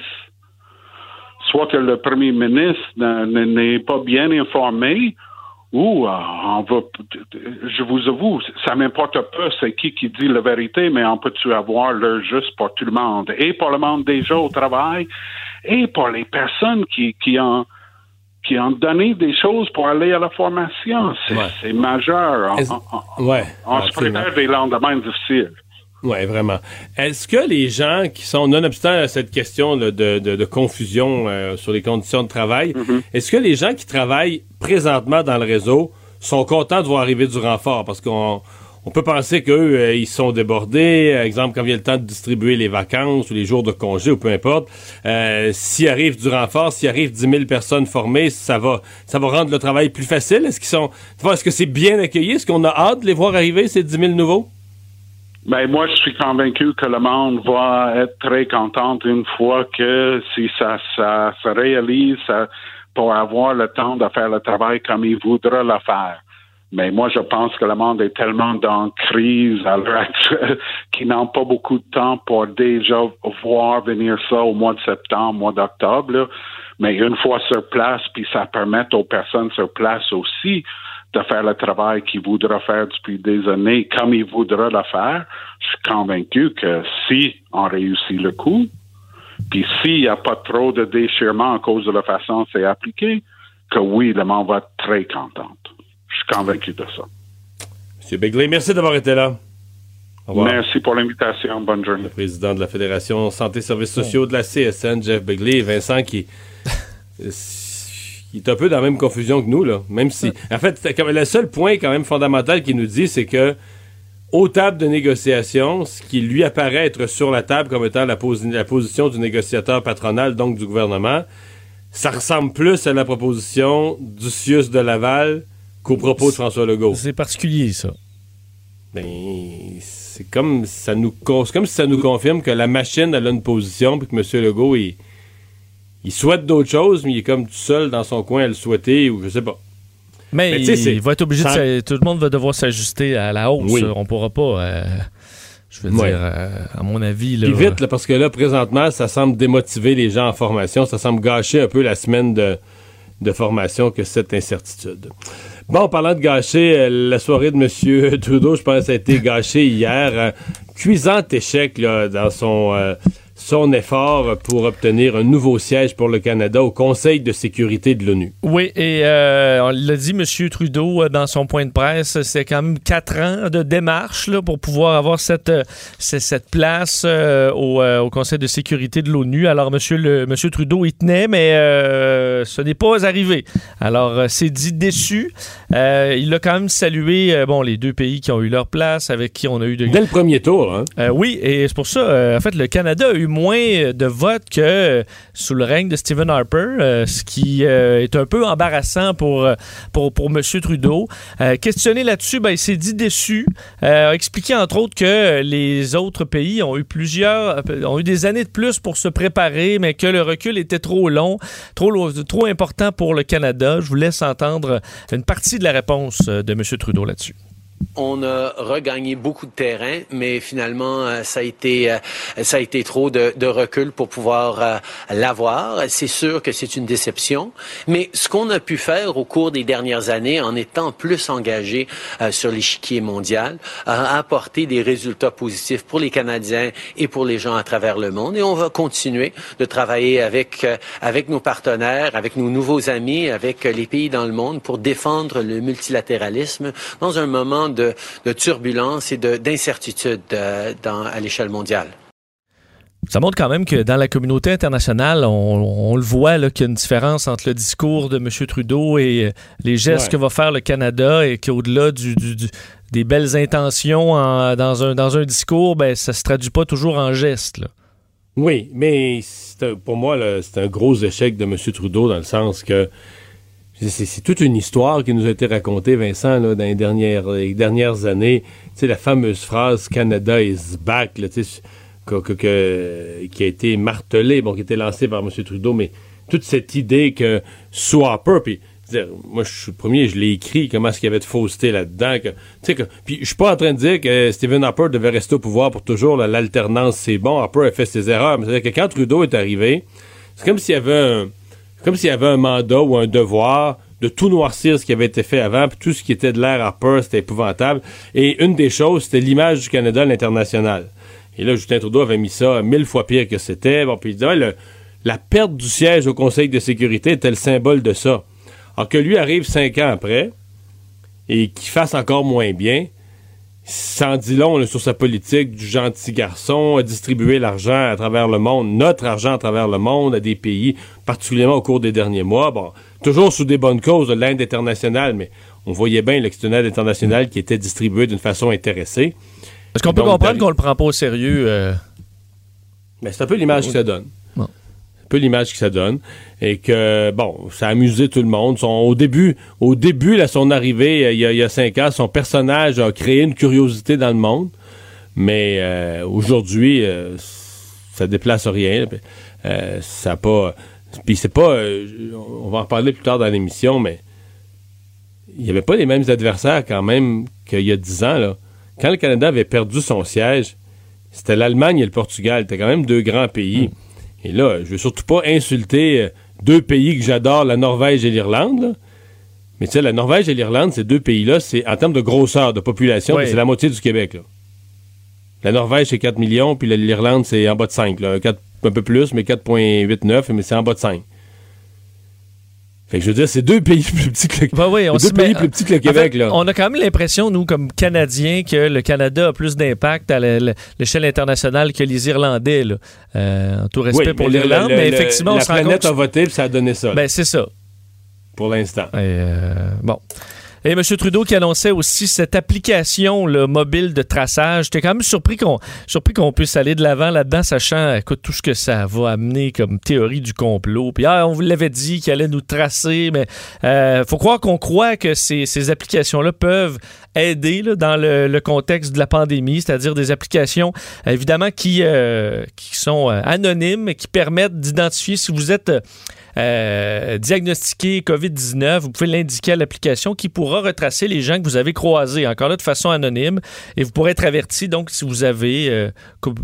Speaker 13: soit que le premier ministre n'est pas bien informé, ou euh, on va, je vous avoue, ça m'importe pas c'est qui qui dit la vérité, mais on peut-tu avoir l'heure juste pour tout le monde, et pour le monde déjà au travail, et pour les personnes qui, qui, ont, qui ont donné des choses pour aller à la formation. C'est, ouais. c'est majeur. On, on,
Speaker 5: ouais,
Speaker 13: on se prépare des lendemains difficiles.
Speaker 5: Oui, vraiment. Est-ce que les gens qui sont, nonobstant à cette question là, de, de, de confusion euh, sur les conditions de travail, mm-hmm. est-ce que les gens qui travaillent présentement dans le réseau sont contents de voir arriver du renfort? Parce qu'on on peut penser qu'eux, euh, ils sont débordés. Exemple, quand vient le temps de distribuer les vacances ou les jours de congé ou peu importe, euh, s'il arrive du renfort, s'il arrive dix mille personnes formées, ça va ça va rendre le travail plus facile. Est-ce qu'ils sont, est-ce que c'est bien accueilli? Est-ce qu'on a hâte de les voir arriver, ces dix mille nouveaux?
Speaker 13: Ben, moi, je suis convaincu que le monde va être très content une fois que si ça, ça se réalise ça, pour avoir le temps de faire le travail comme il voudra le faire. Mais moi, je pense que le monde est tellement dans crise à l'heure actuelle qu'ils n'ont pas beaucoup de temps pour déjà voir venir ça au mois de septembre, mois d'octobre. Là. Mais une fois sur place, puis ça permet aux personnes sur place aussi de faire le travail qu'il voudra faire depuis des années, comme il voudra le faire, je suis convaincu que si on réussit le coup, puis s'il n'y a pas trop de déchirement à cause de la façon dont c'est appliqué, que oui, le monde va être très content. Je suis convaincu de ça.
Speaker 5: M. Begley, merci d'avoir été là. Au revoir.
Speaker 13: Merci pour l'invitation. Bonne journée.
Speaker 5: Le président de la Fédération Santé et Services sociaux de la C S N, Jeff Begley, et Vincent qui... Il est un peu dans la même confusion que nous, là. Même si... En fait, le seul point quand même fondamental qu'il nous dit, c'est que aux tables de négociation, ce qui lui apparaît être sur la table comme étant la, posi- la position du négociateur patronal, donc du gouvernement, ça ressemble plus à la proposition du C I U S de Laval qu'au propos de François Legault.
Speaker 6: C'est particulier, ça.
Speaker 5: Ben, c'est comme, ça nous, c'est comme si ça nous confirme que la machine, elle a une position, puis que M. Legault, il... Il souhaite d'autres choses, mais il est comme tout seul dans son coin à le souhaiter, ou je sais pas.
Speaker 6: Mais, mais il, il va être obligé
Speaker 5: sans...
Speaker 6: de... Tout le monde va devoir s'ajuster à la hausse. Oui. On pourra pas... Euh, je veux ouais. dire, euh, à mon avis... Là,
Speaker 5: Puis vite, là, parce que là, présentement, ça semble démotiver les gens en formation. Ça semble gâcher un peu la semaine de, de formation que cette incertitude. Bon, parlant de gâcher, la soirée de M. Trudeau, je pense que ça a été gâché hier. Euh, cuisant échec là, dans son... Euh, son effort pour obtenir un nouveau siège pour le Canada au Conseil de sécurité de l'ONU.
Speaker 6: Oui, et euh, on l'a dit, M. Trudeau, dans son point de presse, c'est quand même quatre ans de démarche là, pour pouvoir avoir cette, cette place euh, au, euh, au Conseil de sécurité de l'ONU. Alors, M. Le, M. Trudeau y tenait, mais euh, ce n'est pas arrivé. Alors, c'est dit déçu. Euh, il a quand même salué euh, bon, les deux pays qui ont eu leur place, avec qui on a eu... De...
Speaker 5: Dès le premier tour, hein?
Speaker 6: Euh, oui, et c'est pour ça, euh, en fait, le Canada a eu moins de votes que euh, sous le règne de Stephen Harper, euh, ce qui euh, est un peu embarrassant pour, pour, pour M. Trudeau. Euh, questionné là-dessus, ben, il s'est dit déçu. Euh, a expliqué entre autres que les autres pays ont eu plusieurs, ont eu des années de plus pour se préparer, mais que le recul était trop long, trop, trop important pour le Canada. Je vous laisse entendre une partie de la réponse de M. Trudeau là-dessus.
Speaker 8: On a regagné beaucoup de terrain, mais finalement, euh, ça a été, euh, ça a été trop de, de recul pour pouvoir euh, l'avoir. C'est sûr que c'est une déception, mais ce qu'on a pu faire au cours des dernières années, en étant plus engagé euh, sur l'échiquier mondial, a apporté des résultats positifs pour les Canadiens et pour les gens à travers le monde. Et on va continuer de travailler avec euh, avec nos partenaires, avec nos nouveaux amis, avec euh, les pays dans le monde pour défendre le multilatéralisme dans un moment de, de turbulence et de, d'incertitude euh, dans, à l'échelle mondiale.
Speaker 6: Ça montre quand même que dans la communauté internationale, on, on le voit là, qu'il y a une différence entre le discours de M. Trudeau et les gestes ouais. que va faire le Canada et qu'au-delà du, du, du, des belles intentions en, dans, un, dans un discours, ben, ça ne se traduit pas toujours en gestes. Là.
Speaker 5: Oui, mais c'est un, pour moi, là, c'est un gros échec de M. Trudeau dans le sens que C'est, c'est toute une histoire qui nous a été racontée, Vincent, là, dans les dernières, les dernières années. Tu sais, la fameuse phrase « Canada is back », là, tu sais, que, que, que, qui a été martelée, bon, qui a été lancée par M. Trudeau, mais toute cette idée que sous Harper, puis moi, je suis le premier, je l'ai écrit, comment est-ce qu'il y avait de fausseté là-dedans. Que, tu sais, que, puis je suis pas en train de dire que Stephen Harper devait rester au pouvoir pour toujours, là, l'alternance, c'est bon, Harper a fait ses erreurs, mais c'est-à-dire que quand Trudeau est arrivé, c'est comme s'il y avait un... Comme s'il y avait un mandat ou un devoir de tout noircir ce qui avait été fait avant, puis tout ce qui était de l'ère Harper, c'était épouvantable. Et une des choses, c'était l'image du Canada à l'international. Et là, Justin Trudeau avait mis ça mille fois pire que c'était. Bon, puis il disait, ouais, le, la perte du siège au Conseil de sécurité était le symbole de ça. Alors que lui arrive cinq ans après, et qu'il fasse encore moins bien, ça en dit long là, sur sa politique du gentil garçon, à distribuer l'argent à travers le monde, notre argent à travers le monde, à des pays, particulièrement au cours des derniers mois. Bon, toujours sous des bonnes causes de l'aide internationale, mais on voyait bien là, que c'est une aide internationale qui était distribuée d'une façon intéressée.
Speaker 6: Est-ce qu'on peut Donc, comprendre qu'on le prend pas au sérieux? Euh...
Speaker 5: Mais c'est un peu l'image que ça donne. Bon. C'est un peu l'image que ça donne. Et que, bon, ça a amusé tout le monde. Son, au début, au début, là, son arrivée, il y, a, il y a cinq ans, son personnage a créé une curiosité dans le monde. Mais euh, aujourd'hui, euh, ça déplace rien. Euh, ça n'a pas... Puis c'est pas... Euh, on va en reparler plus tard dans l'émission, mais il n'y avait pas les mêmes adversaires quand même qu'il y a dix ans, là. Quand le Canada avait perdu son siège, c'était l'Allemagne et le Portugal. C'était quand même deux grands pays. Mmh. Et là, je veux surtout pas insulter deux pays que j'adore, la Norvège et l'Irlande, là. Mais tu sais, la Norvège et l'Irlande, ces deux pays-là, c'est en termes de grosseur, de population,
Speaker 6: oui.
Speaker 5: c'est la moitié du Québec. Là. La Norvège, c'est quatre millions, puis l'Irlande, c'est en bas de cinq. Là. quatre, un peu plus, mais quatre virgule huit-neuf, mais c'est en bas de cinq. Fait que je veux dire, c'est deux pays plus petits que le,
Speaker 6: ben oui, on
Speaker 5: deux pays met, plus petits que le Québec. En fait, là.
Speaker 6: On a quand même l'impression, nous, comme Canadiens, que le Canada a plus d'impact à l'échelle internationale que les Irlandais. Là. Euh, en tout respect
Speaker 5: oui,
Speaker 6: pour
Speaker 5: mais
Speaker 6: l'Irlande,
Speaker 5: le, le,
Speaker 6: mais effectivement,
Speaker 5: le,
Speaker 6: on
Speaker 5: la
Speaker 6: se rend compte...
Speaker 5: planète a voté, puis ça a donné ça.
Speaker 6: Ben, là. C'est ça.
Speaker 5: Pour l'instant.
Speaker 6: Et euh, bon... Et M. Trudeau qui annonçait aussi cette application là, mobile de traçage. J'étais quand même surpris qu'on, surpris qu'on puisse aller de l'avant là-dedans, sachant écoute, tout ce que ça va amener comme théorie du complot. Puis ah, on vous l'avait dit qu'il allait nous tracer, mais il euh, faut croire qu'on croit que ces, ces applications-là peuvent aider là, dans le, le contexte de la pandémie, c'est-à-dire des applications évidemment qui, euh, qui sont euh, anonymes et qui permettent d'identifier si vous êtes... Euh, diagnostiqué covid dix-neuf, vous pouvez l'indiquer à l'application qui pourra retracer les gens que vous avez croisés, encore là de façon anonyme, et vous pourrez être averti donc si vous avez euh, co-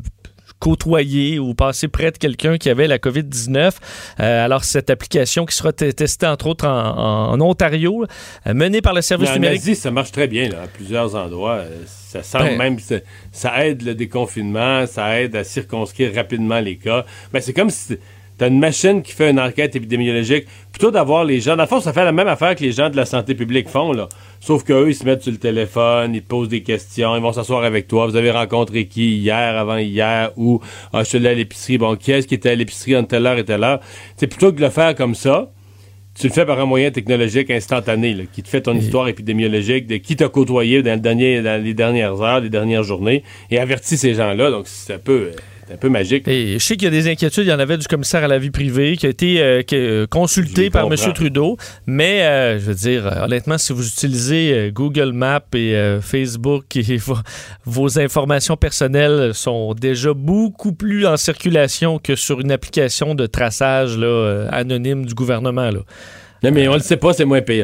Speaker 6: côtoyé ou passé près de quelqu'un qui avait la covid dix-neuf. Euh, alors cette application qui sera t- testée entre autres en, en, en Ontario, euh, menée par le service
Speaker 5: en
Speaker 6: numérique.
Speaker 5: En Asie, ça marche très bien là, à plusieurs endroits. Ça semble ben, même, ça, ça aide le déconfinement, ça aide à circonscrire rapidement les cas. Ben, c'est comme si t'as une machine qui fait une enquête épidémiologique. Plutôt d'avoir les gens... Dans le fond, ça fait la même affaire que les gens de la santé publique font, là. Sauf qu'eux, ils se mettent sur le téléphone, ils te posent des questions, ils vont s'asseoir avec toi. Vous avez rencontré qui hier, avant-hier, ou « Ah, je suis allé à l'épicerie. » Bon, qui est-ce qui était à l'épicerie entre telle heure et telle heure? C'est plutôt que de le faire comme ça, tu le fais par un moyen technologique instantané, là, qui te fait ton et... histoire épidémiologique, de qui t'a côtoyé dans, le dernier, dans les dernières heures, les dernières journées, et avertit ces gens-là. Donc, c'est un peu... un peu magique.
Speaker 6: Et je sais qu'il y a des inquiétudes. Il y en avait du commissaire à la vie privée qui a été euh, qui, euh, consulté par M. Trudeau. Mais, euh, je veux dire, euh, honnêtement, si vous utilisez euh, Google Maps et euh, Facebook, et v- vos informations personnelles sont déjà beaucoup plus en circulation que sur une application de traçage là, euh, anonyme du gouvernement. Là.
Speaker 5: Non, mais on le sait pas, c'est moins payant.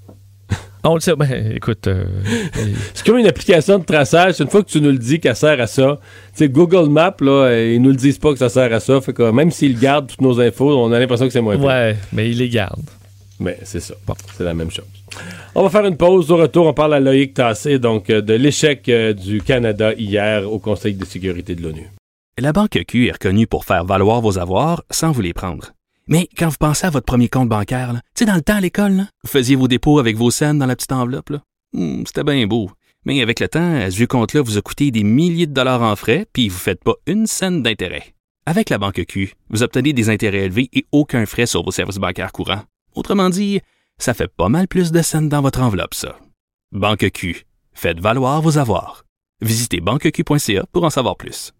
Speaker 6: On le sait. Ben, écoute. Euh,
Speaker 5: c'est comme une application de traçage. Une fois que tu nous le dis qu'elle sert à ça, tu sais, Google Maps, là, ils nous le disent pas que ça sert à ça. Fait que même s'ils gardent toutes nos infos, on a l'impression que c'est moins payant.
Speaker 6: Ouais, mais ils les gardent.
Speaker 5: Mais c'est ça. Bon. C'est la même chose. On va faire une pause. Au retour, on parle à Loïc Tassé, donc de l'échec du Canada hier au Conseil de sécurité de l'ONU.
Speaker 1: La Banque Q est reconnue pour faire valoir vos avoirs sans vous les prendre. Mais quand vous pensez à votre premier compte bancaire, tu sais, dans le temps à l'école, là, vous faisiez vos dépôts avec vos scènes dans la petite enveloppe. Là. Hum, c'était bien beau. Mais avec le temps, ce vieux compte-là vous a coûté des milliers de dollars en frais, puis vous ne faites pas une scène d'intérêt. Avec la Banque Q, vous obtenez des intérêts élevés et aucun frais sur vos services bancaires courants. Autrement dit, ça fait pas mal plus de scènes dans votre enveloppe, ça. Banque Q. Faites valoir vos avoirs. Visitez banque q point c a pour en savoir plus.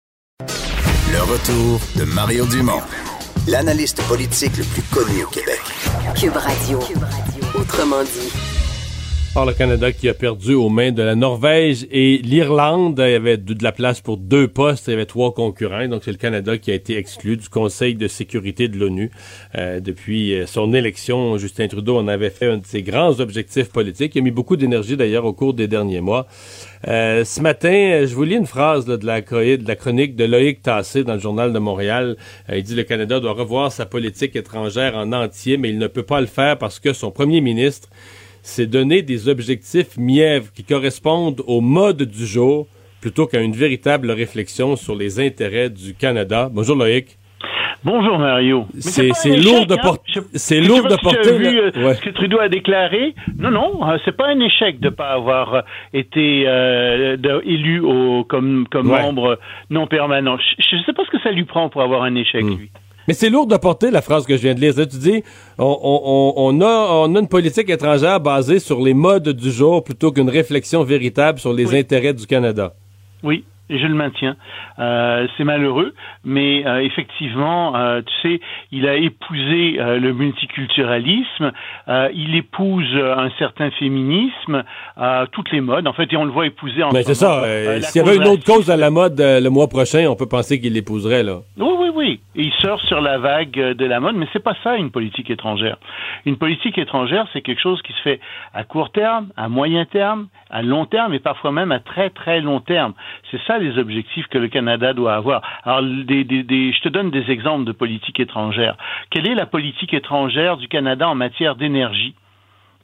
Speaker 4: Le retour de Mario Dumont, l'analyste politique le plus connu au Québec.
Speaker 2: Cube Radio. Cube Radio. Autrement dit.
Speaker 5: Or, le Canada qui a perdu aux mains de la Norvège et l'Irlande. Il y avait de la place pour deux postes. Il y avait trois concurrents. Donc, c'est le Canada qui a été exclu du Conseil de sécurité de l'ONU. Euh, depuis son élection, Justin Trudeau en avait fait un de ses grands objectifs politiques. Il a mis beaucoup d'énergie, d'ailleurs, au cours des derniers mois. Euh, ce matin, je vous lis une phrase là, de, la, de la chronique de Loïc Tassé dans le Journal de Montréal. Euh, il dit « Le Canada doit revoir sa politique étrangère en entier, mais il ne peut pas le faire parce que son premier ministre c'est donner des objectifs mièvres qui correspondent au mode du jour plutôt qu'à une véritable réflexion sur les intérêts du Canada. » Bonjour Loïc.
Speaker 14: Bonjour Mario.
Speaker 5: C'est, c'est lourd de porter. C'est lourd de porter.
Speaker 14: Tu as vu euh, ouais. ce que Trudeau a déclaré? Non, non, euh, c'est pas un échec de pas avoir euh, été euh, de, élu au, comme, comme ouais. membre non permanent. Je ne sais pas ce que ça lui prend pour avoir un échec, mmh. lui.
Speaker 5: Mais c'est lourd de porter la phrase que je viens de lire. Là, tu dis, on, on, on, a, on a une politique étrangère basée sur les modes du jour plutôt qu'une réflexion véritable sur les oui. intérêts du Canada.
Speaker 14: Oui, et je le maintiens. Euh, c'est malheureux, mais euh, effectivement, euh, tu sais, il a épousé euh, le multiculturalisme, euh, il épouse euh, un certain féminisme, euh, toutes les modes. En fait, et on le voit épouser en
Speaker 5: mais c'est ça. Euh, S'il y avait une autre cause à la mode euh, le mois prochain, on peut penser qu'il l'épouserait, là.
Speaker 14: Oui, oui, oui. Et il sort sur la vague de la mode, mais c'est pas ça une politique étrangère. Une politique étrangère, c'est quelque chose qui se fait à court terme, à moyen terme, à long terme et parfois même à très très long terme. C'est ça les objectifs que le Canada doit avoir. Alors, des, des, des, je te donne des exemples de politique étrangère. Quelle est la politique étrangère du Canada en matière d'énergie?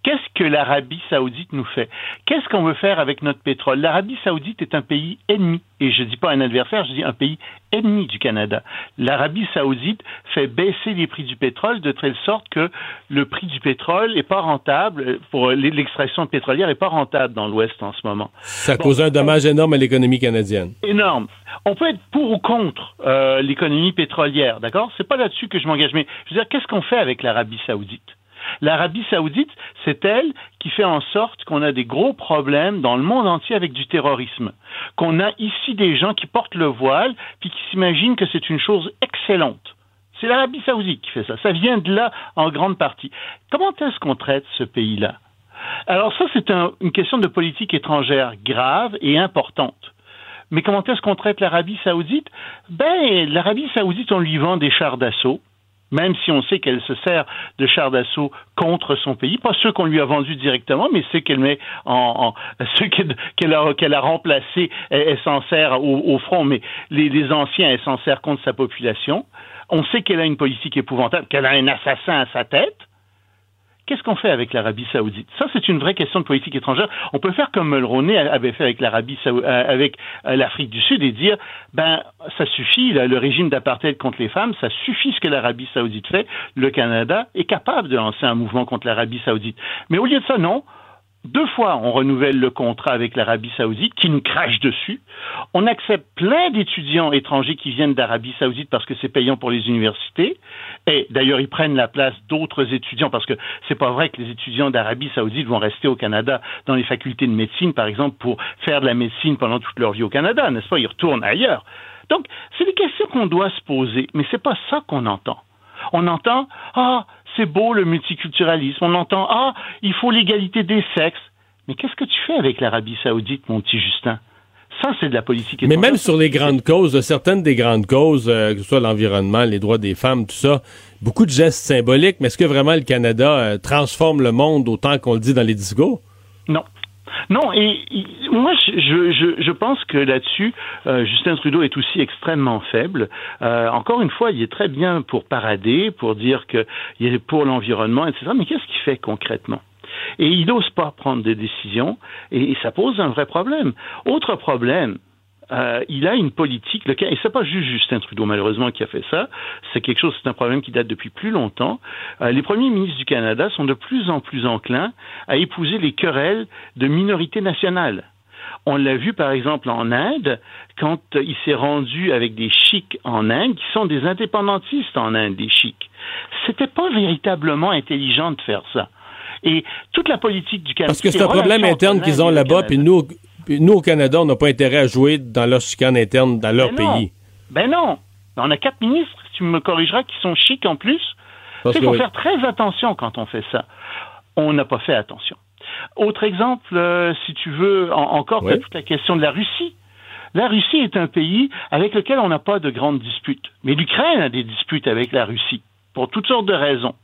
Speaker 14: Qu'est-ce que l'Arabie saoudite nous fait? Qu'est-ce qu'on veut faire avec notre pétrole? L'Arabie saoudite est un pays ennemi. Et je ne dis pas un adversaire, je dis un pays ennemi du Canada. L'Arabie saoudite fait baisser les prix du pétrole de telle sorte que le prix du pétrole n'est pas rentable, pour l'extraction pétrolière n'est pas rentable dans l'Ouest en ce moment.
Speaker 5: Ça
Speaker 14: bon,
Speaker 5: cause un dommage énorme à l'économie canadienne.
Speaker 14: Énorme. On peut être pour ou contre euh, l'économie pétrolière, d'accord? C'est pas là-dessus que je m'engage. Mais je veux dire, qu'est-ce qu'on fait avec l'Arabie saoudite? L'Arabie saoudite, c'est elle qui fait en sorte qu'on a des gros problèmes dans le monde entier avec du terrorisme. Qu'on a ici des gens qui portent le voile puis qui s'imaginent que c'est une chose excellente. C'est l'Arabie saoudite qui fait ça. Ça vient de là en grande partie. Comment est-ce qu'on traite ce pays-là? Alors ça, c'est un, une question de politique étrangère grave et importante. Mais comment est-ce qu'on traite l'Arabie saoudite? Ben, l'Arabie saoudite, on lui vend des chars d'assaut. Même si on sait qu'elle se sert de chars d'assaut contre son pays, pas ceux qu'on lui a vendus directement, mais ceux qu'elle met en, en ceux qu'elle, qu'elle a, qu'elle a remplacés, elle, elle s'en sert au, au front, mais les, les anciens, elle s'en sert contre sa population. On sait qu'elle a une politique épouvantable, qu'elle a un assassin à sa tête. Qu'est-ce qu'on fait avec l'Arabie saoudite? Ça, c'est une vraie question de politique étrangère. On peut faire comme Mulroney avait fait avec l'Arabie Saoudite, avec l'Afrique du Sud et dire, ben, ça suffit, là, le régime d'apartheid contre les femmes, ça suffit ce que l'Arabie saoudite fait. Le Canada est capable de lancer un mouvement contre l'Arabie saoudite. Mais au lieu de ça, non. Deux fois, on renouvelle le contrat avec l'Arabie saoudite, qui nous crache dessus. On accepte plein d'étudiants étrangers qui viennent d'Arabie saoudite parce que c'est payant pour les universités. Et d'ailleurs, ils prennent la place d'autres étudiants parce que c'est pas vrai que les étudiants d'Arabie saoudite vont rester au Canada dans les facultés de médecine, par exemple, pour faire de la médecine pendant toute leur vie au Canada, n'est-ce pas? Ils retournent ailleurs. Donc, c'est des questions qu'on doit se poser, mais c'est pas ça qu'on entend. On entend, ah, c'est beau le multiculturalisme. On entend, ah, il faut l'égalité des sexes. Mais qu'est-ce que tu fais avec l'Arabie saoudite, mon petit Justin? Ça, c'est de la politique étrangère.
Speaker 5: Mais même sur les grandes causes, certaines des grandes causes, euh, que ce soit l'environnement, les droits des femmes, tout ça, beaucoup de gestes symboliques, mais est-ce que vraiment le Canada euh, transforme le monde autant qu'on le dit dans les discours?
Speaker 14: Non. Non, et, et moi, je, je, je pense que là-dessus, euh, Justin Trudeau est aussi extrêmement faible. Euh, encore une fois, il est très bien pour parader, pour dire qu'il est pour l'environnement, et cetera. Mais qu'est-ce qu'il fait concrètement? Et il n'ose pas prendre des décisions, et, et ça pose un vrai problème. Autre problème, euh, il a une politique, le, et c'est pas juste Justin Trudeau malheureusement qui a fait ça, c'est quelque chose, c'est un problème qui date depuis plus longtemps. Euh, les premiers ministres du Canada sont de plus en plus enclins à épouser les querelles de minorités nationales. On l'a vu par exemple en Inde, quand euh, il s'est rendu avec des chics en Inde, qui sont des indépendantistes en Inde, des chics. C'était pas véritablement intelligent de faire ça. Et toute la politique du Canada...
Speaker 5: Parce que c'est un problème interne qu'ils ont là-bas, puis nous, nous, au Canada, on n'a pas intérêt à jouer dans leur chicane interne dans leur
Speaker 14: ben
Speaker 5: pays.
Speaker 14: Ben non. On a quatre ministres, tu me corrigeras, qui sont chics en plus. Il faut oui. faire très attention quand on fait ça. On n'a pas fait attention. Autre exemple, euh, si tu veux, en, encore oui. toute la question de la Russie. La Russie est un pays avec lequel on n'a pas de grandes disputes. Mais l'Ukraine a des disputes avec la Russie, pour toutes sortes de raisons.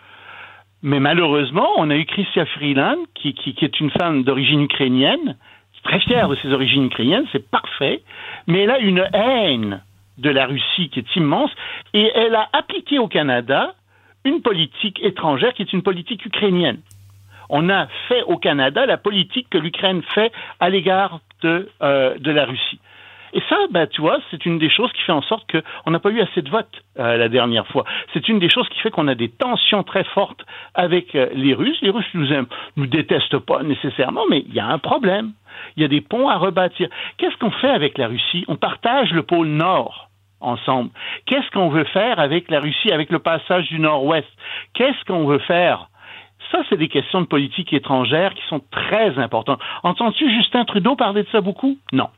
Speaker 14: Mais malheureusement, on a eu Chrystia Freeland, qui, qui, qui est une femme d'origine ukrainienne, très fière de ses origines ukrainiennes, c'est parfait, mais elle a une haine de la Russie qui est immense, et elle a appliqué au Canada une politique étrangère qui est une politique ukrainienne. On a fait au Canada la politique que l'Ukraine fait à l'égard de, euh, de la Russie. Et ça, ben, tu vois, c'est une des choses qui fait en sorte qu'on n'a pas eu assez de votes euh, la dernière fois. C'est une des choses qui fait qu'on a des tensions très fortes avec euh, les Russes. Les Russes nous aiment, nous détestent pas nécessairement, mais il y a un problème. Il y a des ponts à rebâtir. Qu'est-ce qu'on fait avec la Russie? On partage le pôle Nord ensemble. Qu'est-ce qu'on veut faire avec la Russie, avec le passage du Nord-Ouest? Qu'est-ce qu'on veut faire? Ça, c'est des questions de politique étrangère qui sont très importantes. Entends-tu Justin Trudeau parler de ça beaucoup? Non.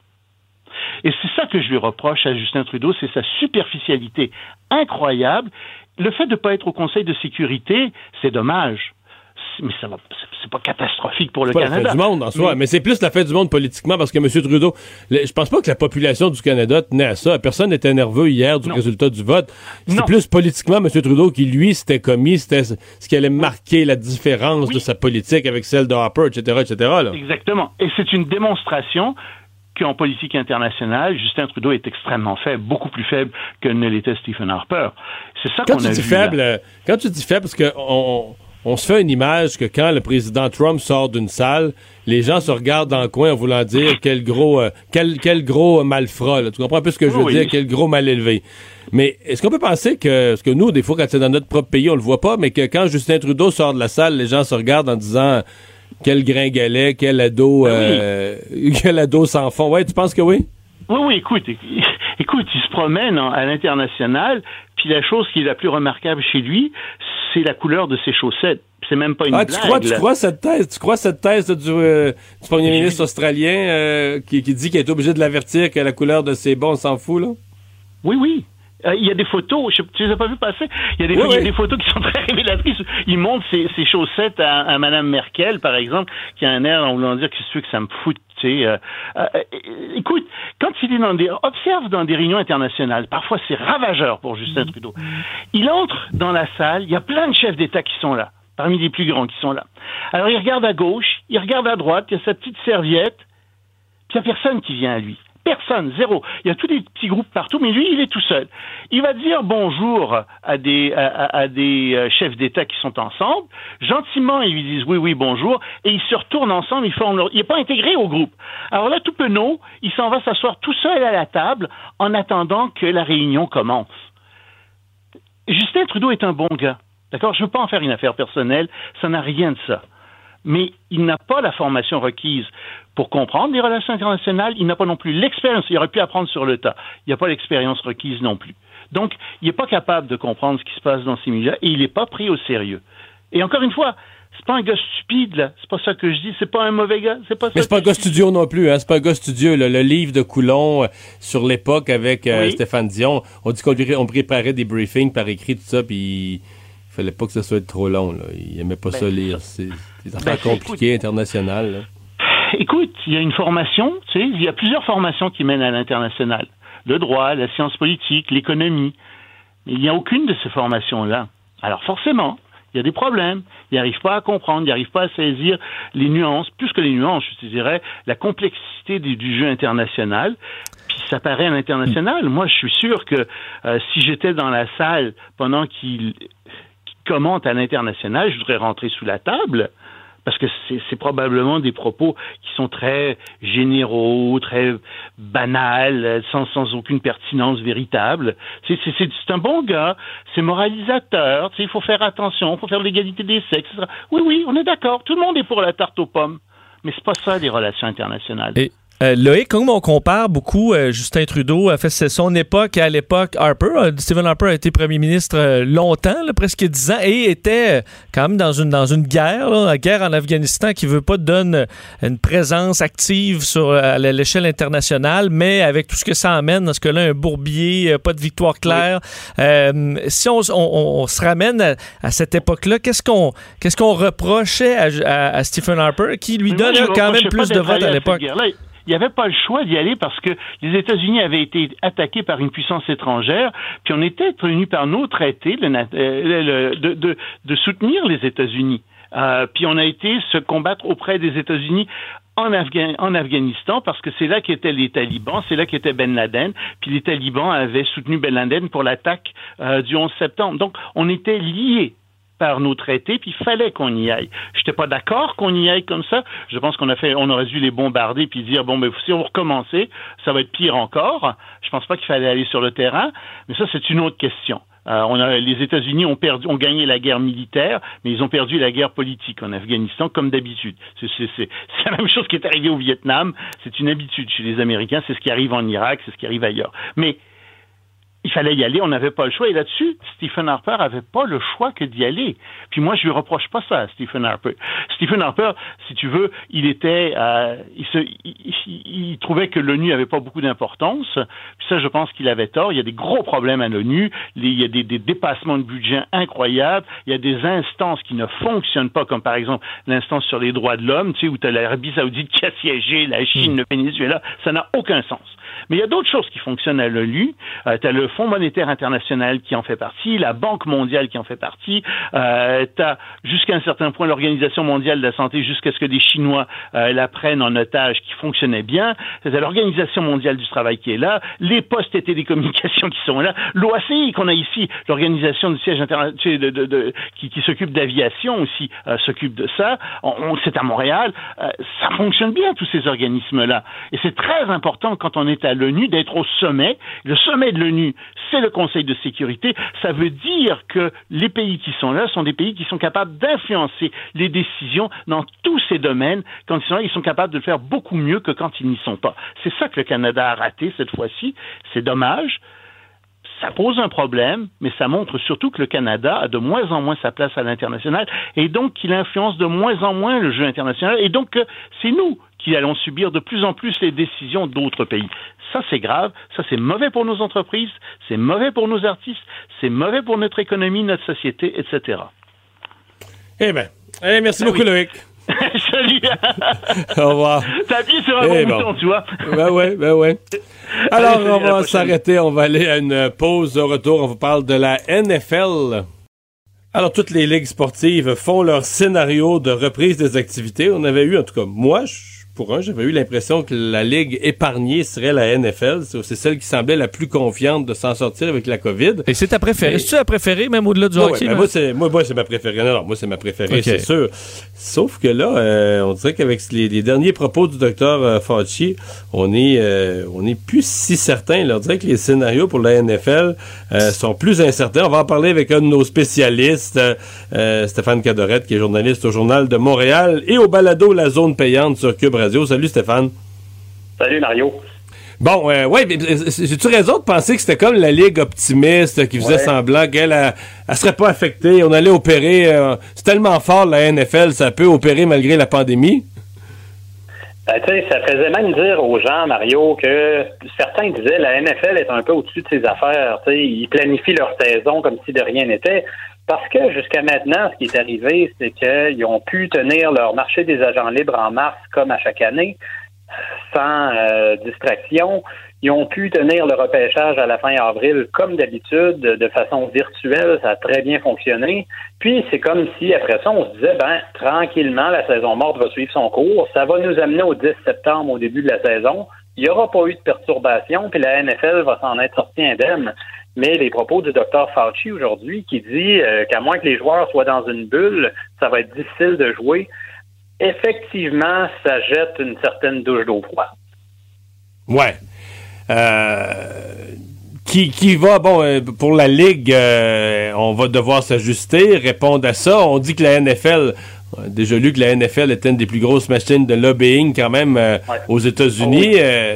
Speaker 14: Et c'est ça que je lui reproche à Justin Trudeau, c'est sa superficialité incroyable. Le fait de ne pas être au Conseil de sécurité, c'est dommage. Mais ça va, c'est pas catastrophique pour le
Speaker 5: c'est pas
Speaker 14: Canada.
Speaker 5: La fin du monde en soi, mais... mais c'est plus la fin du monde politiquement parce que M. Trudeau, le, je pense pas que la population du Canada tenait à ça. Personne n'était nerveux hier du non. résultat du vote. C'est non. plus politiquement M. Trudeau qui, lui, s'était commis, c'était ce qui allait marquer la différence oui. de sa politique avec celle de Harper, et cetera, et cetera. Là.
Speaker 14: Exactement. Et c'est une démonstration qu'en politique internationale, Justin Trudeau est extrêmement faible, beaucoup plus faible que ne l'était Stephen Harper. C'est ça
Speaker 5: quand
Speaker 14: qu'on
Speaker 5: tu
Speaker 14: a
Speaker 5: dis
Speaker 14: vu
Speaker 5: faible,
Speaker 14: là.
Speaker 5: Quand tu dis faible, parce que on, on se fait une image que quand le président Trump sort d'une salle, les gens se regardent dans le coin en voulant dire quel gros euh, quel, quel gros malfrat. Là. Tu comprends un peu ce que je veux oui. dire? Quel gros mal élevé. Mais est-ce qu'on peut penser que, parce que nous, des fois, quand c'est dans notre propre pays, on le voit pas, mais que quand Justin Trudeau sort de la salle, les gens se regardent en disant quel gringalet, quel ado, oui. euh, quel ado sans fond. Ouais, tu penses que oui?
Speaker 14: Oui, oui, écoute, écoute, il se promène à l'international, puis la chose qui est la plus remarquable chez lui, c'est la couleur de ses chaussettes. C'est même pas une
Speaker 5: ah,
Speaker 14: blague.
Speaker 5: Tu crois, tu crois cette thèse, tu crois cette thèse là, du, euh, du premier ministre australien euh, qui, qui dit qu'il est obligé de l'avertir que la couleur de ses bas, on s'en fout, là?
Speaker 14: Oui, oui. Il euh, y a des photos, je, tu les as pas vues passer? Il y a des, oui, oui. y a des photos qui sont très révélatrices. Il montre ses, ses chaussettes à, à Mme Merkel, par exemple, qui a un air en voulant dire que c'est sûr que ça me fout. Tu sais, euh, euh, écoute, quand il est dans des, observe dans des réunions internationales, parfois c'est ravageur pour Justin Trudeau. Il entre dans la salle, il y a plein de chefs d'État qui sont là, parmi les plus grands qui sont là. Alors il regarde à gauche, il regarde à droite, il y a sa petite serviette, puis il n'y a personne qui vient à lui. Personne, zéro. Il y a tous des petits groupes partout, mais lui, il est tout seul. Il va dire bonjour à des, à, à des chefs d'État qui sont ensemble. Gentiment, ils lui disent oui, oui, bonjour, et ils se retournent ensemble, ils forment leur... Il n'est pas intégré au groupe. Alors là, tout penaud, il s'en va s'asseoir tout seul à la table en attendant que la réunion commence. Justin Trudeau est un bon gars. D'accord? Je ne veux pas en faire une affaire personnelle, ça n'a rien de ça. Mais il n'a pas la formation requise pour comprendre les relations internationales. Il n'a pas non plus l'expérience. Il aurait pu apprendre sur le tas. Il n'a pas l'expérience requise non plus. Donc, il n'est pas capable de comprendre ce qui se passe dans ces milieux et il n'est pas pris au sérieux. Et encore une fois, c'est pas un gars stupide, là. C'est pas ça que je dis. C'est pas un mauvais gars. C'est pas ça.
Speaker 5: Mais c'est pas un gars studieux non plus, hein. C'est pas un gars studieux, là. Le livre de Coulon euh, sur l'époque avec euh, oui. Stéphane Dion, on dit qu'on on préparait des briefings par écrit, tout ça, puis il fallait pas que ça soit trop long, là. Il aimait pas ben, ça lire. C'est des affaires ben, compliquées, écoute, internationales, là.
Speaker 14: Écoute, il y a une formation, tu sais, il y a plusieurs formations qui mènent à l'international. Le droit, la science politique, l'économie. Mais il n'y a aucune de ces formations-là. Alors forcément, il y a des problèmes. Il n'arrive pas à comprendre, il n'arrive pas à saisir les nuances, plus que les nuances, je te dirais, la complexité du, du jeu international. Puis ça paraît à l'international. Moi, je suis sûr que euh, si j'étais dans la salle pendant qu'il, qu'il commente à l'international, je voudrais rentrer sous la table. Parce que c'est, c'est probablement des propos qui sont très généraux, très banals, sans, sans aucune pertinence véritable. C'est, c'est, c'est, c'est un bon gars, c'est moralisateur, il faut faire attention, il faut faire l'égalité des sexes, et cetera. Oui, oui, on est d'accord, tout le monde est pour la tarte aux pommes, mais c'est pas ça les relations internationales.
Speaker 6: Et... Euh, Loïc, comme on compare beaucoup, euh, Justin Trudeau a fait son époque à l'époque Harper. Euh, Stephen Harper a été premier ministre euh, longtemps, là, presque dix ans, et était euh, quand même dans une dans une guerre, là, la guerre en Afghanistan, qui veut pas donner une présence active sur à l'échelle internationale, mais avec tout ce que ça amène, dans ce cas-là, un bourbier, euh, pas de victoire claire. Oui. Euh, si on, on, on se ramène à, à cette époque-là, qu'est-ce qu'on qu'est-ce qu'on reprochait à, à, à Stephen Harper, qui lui donne moi, quand même plus de votes à l'époque?
Speaker 14: Il n'y avait pas le choix d'y aller parce que les États-Unis avaient été attaqués par une puissance étrangère, puis on était tenus par nos traités de, de, de, de, de soutenir les États-Unis. Euh, puis on a été se combattre auprès des États-Unis en, Afga- en Afghanistan parce que c'est là qu'étaient les talibans, c'est là qu'était Ben Laden, puis les talibans avaient soutenu Ben Laden pour l'attaque euh, du onze septembre. Donc on était liés par nos traités, puis il fallait qu'on y aille. J'étais pas d'accord qu'on y aille comme ça. Je pense qu'on a fait, on aurait dû les bombarder puis dire bon ben si on recommençait, ça va être pire encore. Je pense pas qu'il fallait aller sur le terrain, mais ça c'est une autre question. Euh, on a, les États-Unis ont perdu, ont gagné la guerre militaire, mais ils ont perdu la guerre politique en Afghanistan comme d'habitude. C'est, c'est, c'est, c'est la même chose qui est arrivée au Vietnam. C'est une habitude chez les Américains. C'est ce qui arrive en Irak, c'est ce qui arrive ailleurs. Mais il fallait y aller, on n'avait pas le choix. Et là-dessus, Stephen Harper avait pas le choix que d'y aller. Puis moi, je lui reproche pas ça à Stephen Harper. Stephen Harper, si tu veux, il était, euh, il, se, il, il, il trouvait que l'ONU avait pas beaucoup d'importance. Puis ça, je pense qu'il avait tort. Il y a des gros problèmes à l'ONU. Il y a des, des dépassements de budget incroyables. Il y a des instances qui ne fonctionnent pas, comme par exemple l'instance sur les droits de l'homme, tu sais, où tu as l'Arabie Saoudite qui a siégé, la Chine, le Venezuela. Ça n'a aucun sens. Mais il y a d'autres choses qui fonctionnent à l'ONU. Euh, tu as le Fonds monétaire international qui en fait partie, la Banque mondiale qui en fait partie, euh, tu as jusqu'à un certain point l'Organisation mondiale de la santé, jusqu'à ce que des Chinois euh, la prennent en otage, qui fonctionnait bien. Tu as l'Organisation mondiale du travail qui est là, les postes et télécommunications qui sont là, l'O A C I qu'on a ici, l'Organisation du siège international de, de, de, qui, qui s'occupe d'aviation aussi, euh, s'occupe de ça. On, on, c'est à Montréal. Euh, ça fonctionne bien, tous ces organismes-là. Et c'est très important quand on est à l'ONU d'être au sommet. Le sommet de l'ONU, c'est le Conseil de sécurité. Ça veut dire que les pays qui sont là sont des pays qui sont capables d'influencer les décisions dans tous ces domaines. Quand ils sont là, ils sont capables de le faire beaucoup mieux que quand ils n'y sont pas. C'est ça que le Canada a raté cette fois-ci. C'est dommage. Ça pose un problème, mais ça montre surtout que le Canada a de moins en moins sa place à l'international et donc qu'il influence de moins en moins le jeu international et donc que c'est nous qui allons subir de plus en plus les décisions d'autres pays. Ça, c'est grave. Ça, c'est mauvais pour nos entreprises, c'est mauvais pour nos artistes, c'est mauvais pour notre économie, notre société, et cetera.
Speaker 5: Eh bien, eh, merci ah beaucoup, oui. Loïc.
Speaker 14: Salut!
Speaker 5: Au revoir.
Speaker 14: T'as appuyé sur un
Speaker 5: eh
Speaker 14: bon
Speaker 5: bon
Speaker 14: bouton, tu vois.
Speaker 5: Ben ouais, ben ouais. Alors,
Speaker 14: Allez,
Speaker 5: on va s'arrêter. On va aller à une pause. Au retour, on vous parle de la N F L. Alors, toutes les ligues sportives font leur scénario de reprise des activités. On avait eu, en tout cas, moi, je pour un, j'avais eu l'impression que la ligue épargnée serait la N F L. C'est celle qui semblait la plus confiante de s'en sortir avec la COVID.
Speaker 6: Et c'est ta préférée? Mais... C'est-tu ta préférée, même au-delà du
Speaker 5: ouais,
Speaker 6: hockey?
Speaker 5: Ouais, ben moi, c'est, moi, moi, c'est ma préférée. Non, non, moi, c'est ma préférée, okay. C'est sûr. Sauf que là, euh, on dirait qu'avec les, les derniers propos du docteur euh, Fauci, on est, euh, on est plus si certain. Là. On dirait que les scénarios pour la N F L euh, sont plus incertains. On va en parler avec un de nos spécialistes, euh, Stéphane Cadorette, qui est journaliste au Journal de Montréal et au balado La Zone Payante sur Cube Radio. Salut Stéphane.
Speaker 15: Salut Mario.
Speaker 5: Bon, euh, ouais, j'ai-tu raison de penser que c'était comme la Ligue optimiste qui faisait ouais. semblant qu'elle elle, elle serait pas affectée, on allait opérer, euh, c'est tellement fort la N F L, ça peut opérer malgré la pandémie?
Speaker 15: Ben, tu sais, ça faisait même dire aux gens, Mario, que certains disaient la N F L est un peu au-dessus de ses affaires, tu sais, ils planifient leur saison comme si de rien n'était. Parce que jusqu'à maintenant, ce qui est arrivé, c'est qu'ils ont pu tenir leur marché des agents libres en mars comme à chaque année, sans euh, distraction. Ils ont pu tenir le repêchage à la fin avril comme d'habitude, de façon virtuelle. Ça a très bien fonctionné. Puis, c'est comme si, après ça, on se disait, ben, tranquillement, la saison morte va suivre son cours. Ça va nous amener au dix septembre, au début de la saison. Il n'y aura pas eu de perturbation, puis la N F L va s'en être sortie indemne. Mais les propos du docteur Fauci aujourd'hui qui dit euh, qu'à moins que les joueurs soient dans une bulle, ça va être difficile de jouer. Effectivement, ça jette une certaine douche d'eau froide.
Speaker 5: Ouais. Euh, qui, qui va, bon, euh, pour la Ligue, euh, on va devoir s'ajuster, répondre à ça. On dit que la N F L, on a déjà lu que la N F L était une des plus grosses machines de lobbying quand même euh, ouais. aux États-Unis. Oh oui. euh,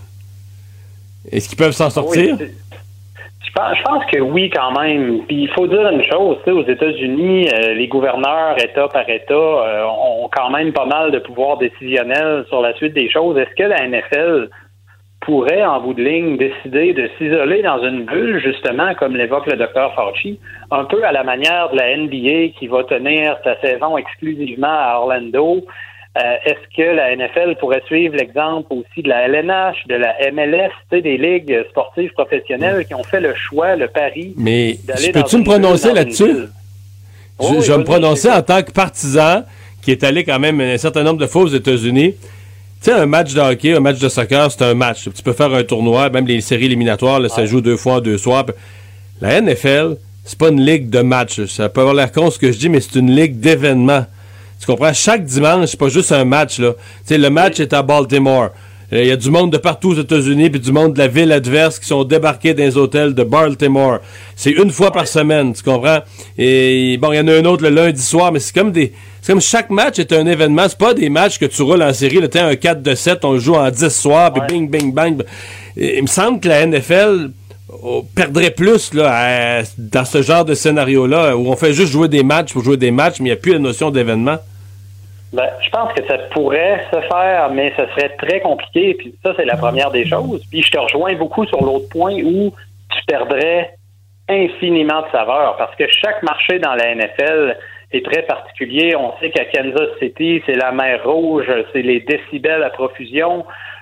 Speaker 5: est-ce qu'ils peuvent s'en sortir?
Speaker 15: Oui, Je pense, je pense que oui, quand même. Puis il faut dire une chose, tu sais, aux États-Unis, euh, les gouverneurs, État par État, euh, ont quand même pas mal de pouvoir décisionnel sur la suite des choses. Est-ce que la N F L pourrait, en bout de ligne, décider de s'isoler dans une bulle, justement, comme l'évoque le docteur Fauci, un peu à la manière de la N B A qui va tenir sa saison exclusivement à Orlando? Euh, est-ce que la N F L pourrait suivre l'exemple aussi de la L N H, de la M L S, tu sais, des ligues sportives professionnelles qui ont fait le choix, le pari
Speaker 5: Mais
Speaker 15: d'aller
Speaker 5: peux-tu
Speaker 15: dans
Speaker 5: me prononcer
Speaker 15: bulle,
Speaker 5: là-dessus? Je,
Speaker 15: oui,
Speaker 5: je vais me prononcer
Speaker 15: oui.
Speaker 5: en tant que partisan qui est allé quand même un certain nombre de fois aux États-Unis. Tu sais, un match de hockey, un match de soccer, c'est un match. Tu peux faire un tournoi, même les séries éliminatoires, là, ça ouais. joue deux fois en deux soirs. La N F L, c'est pas une ligue de match. Ça peut avoir l'air con ce que je dis, mais c'est une ligue d'événements. Tu comprends? Chaque dimanche, c'est pas juste un match, là. Tu sais, le match est à Baltimore. Il y a du monde de partout aux États-Unis, puis du monde de la ville adverse qui sont débarqués dans les hôtels de Baltimore. C'est une fois par semaine, tu comprends? Et bon, il y en a un autre le lundi soir, mais c'est comme des... C'est comme chaque match est un événement. C'est pas des matchs que tu roules en série. Là, t'as un quatre de sept, on le joue en dix soirs, puis ouais. bing, bing, bang. Et il me semble que la N F L oh, perdrait plus là, à, dans ce genre de scénario-là, où on fait juste jouer des matchs pour jouer des matchs, mais il n'y a plus la notion d'événement.
Speaker 15: Ben, je pense que ça pourrait se faire, mais ce serait très compliqué. Puis ça, c'est la première des choses. Puis je te rejoins beaucoup sur l'autre point où tu perdrais infiniment de saveur, parce que chaque marché dans la N F L est très particulier. On sait qu'à Kansas City, c'est la mer Rouge, c'est les décibels à profusion.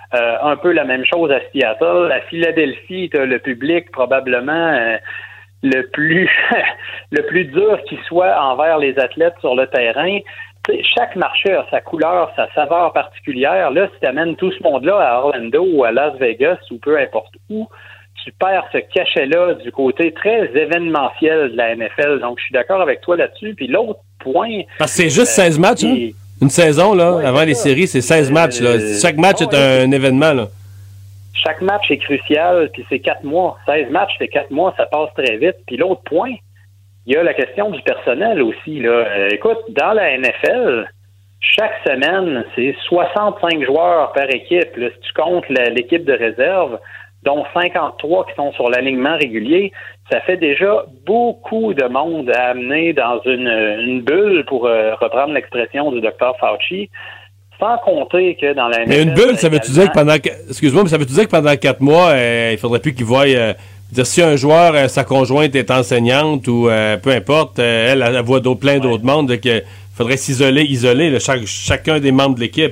Speaker 15: Euh, un peu la même chose à Seattle. À Philadelphie, t'as le public probablement euh, le plus le plus dur qui soit envers les athlètes sur le terrain. T'sais, chaque marché a sa couleur, sa saveur particulière. Là, si tu amènes tout ce monde-là à Orlando ou à Las Vegas ou peu importe où, tu perds ce cachet-là du côté très événementiel de la N F L. Donc, je suis d'accord avec toi là-dessus. Puis l'autre point...
Speaker 5: Parce que c'est juste
Speaker 15: euh,
Speaker 5: seize matchs, hein?
Speaker 15: et...
Speaker 5: Une saison, là,
Speaker 15: ouais,
Speaker 5: avant les
Speaker 15: ça.
Speaker 5: séries, c'est seize matchs. Là.
Speaker 15: Euh,
Speaker 5: Chaque match
Speaker 15: oh,
Speaker 5: est un, un événement. Là.
Speaker 15: Chaque match est crucial, puis c'est quatre mois. seize matchs, c'est quatre mois, ça passe très vite. Puis l'autre point, il y a la question du personnel aussi. Là. Euh, écoute, dans la N F L... Chaque semaine, c'est soixante-cinq joueurs par équipe. Là, si tu comptes la, l'équipe de réserve, dont cinquante-trois qui sont sur l'alignement régulier, ça fait déjà beaucoup de monde à amener dans une, une bulle, pour euh, reprendre l'expression du docteur Fauci. Sans compter que dans la N F L...
Speaker 5: Mais une bulle, ça veut-tu dire que pendant... Excuse-moi, mais ça veut-tu dire que pendant quatre mois, euh, il faudrait plus qu'ils voient... Euh, dire, si un joueur, euh, sa conjointe est enseignante ou euh, peu importe, euh, elle, elle voit d'autres, plein ouais. d'autres mondes, que... Il faudrait s'isoler, isoler là, chaque, chacun des membres de l'équipe.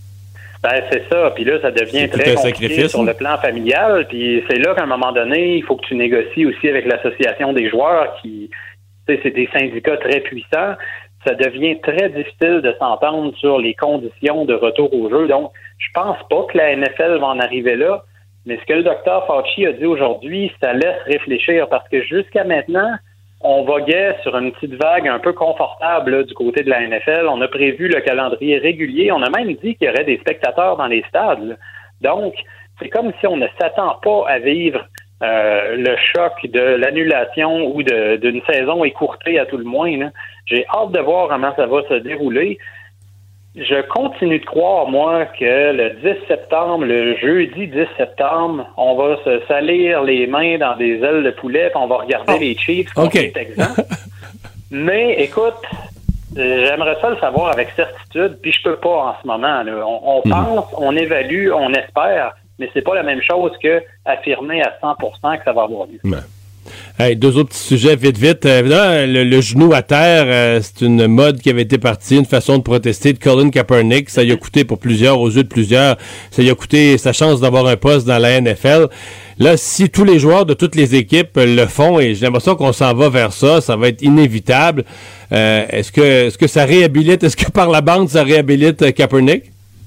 Speaker 15: Ben c'est ça. Puis là, ça devient
Speaker 5: c'est
Speaker 15: très compliqué sur le plan familial. Puis c'est là qu'à un moment donné, il faut que tu négocies aussi avec l'association des joueurs qui, tu sais, c'est des syndicats très puissants. Ça devient très difficile de s'entendre sur les conditions de retour au jeu. Donc, je pense pas que la N F L va en arriver là. Mais ce que le docteur Fauci a dit aujourd'hui, ça laisse réfléchir parce que jusqu'à maintenant, on voguait sur une petite vague un peu confortable là, du côté de la N F L. On a prévu le calendrier régulier. On a même dit qu'il y aurait des spectateurs dans les stades. Là. Donc, c'est comme si on ne s'attend pas à vivre euh, le choc de l'annulation ou de, d'une saison écourtée à tout le moins. Là. J'ai hâte de voir comment ça va se dérouler. Je continue de croire, moi, que le dix septembre, le jeudi dix septembre, on va se salir les mains dans des ailes de poulet et on va regarder oh. les Chiefs contre okay. les Texans. Mais, écoute, j'aimerais ça le savoir avec certitude, puis je peux pas en ce moment. Là. On, on pense, mm. on évalue, on espère, mais c'est pas la même chose que affirmer à cent pour cent que ça va avoir lieu.
Speaker 5: Mm. Hey, deux autres petits sujets, vite, vite. Euh, le, le genou à terre, euh, c'est une mode qui avait été partie, une façon de protester de Colin Kaepernick. Ça y a coûté pour plusieurs, aux yeux de plusieurs, ça y a coûté sa chance d'avoir un poste dans la N F L. Là, si tous les joueurs de toutes les équipes le font, et j'ai l'impression qu'on s'en va vers ça, ça va être inévitable. Euh, est-ce que, est-ce que ça réhabilite, est-ce que par la bande, ça réhabilite Kaepernick?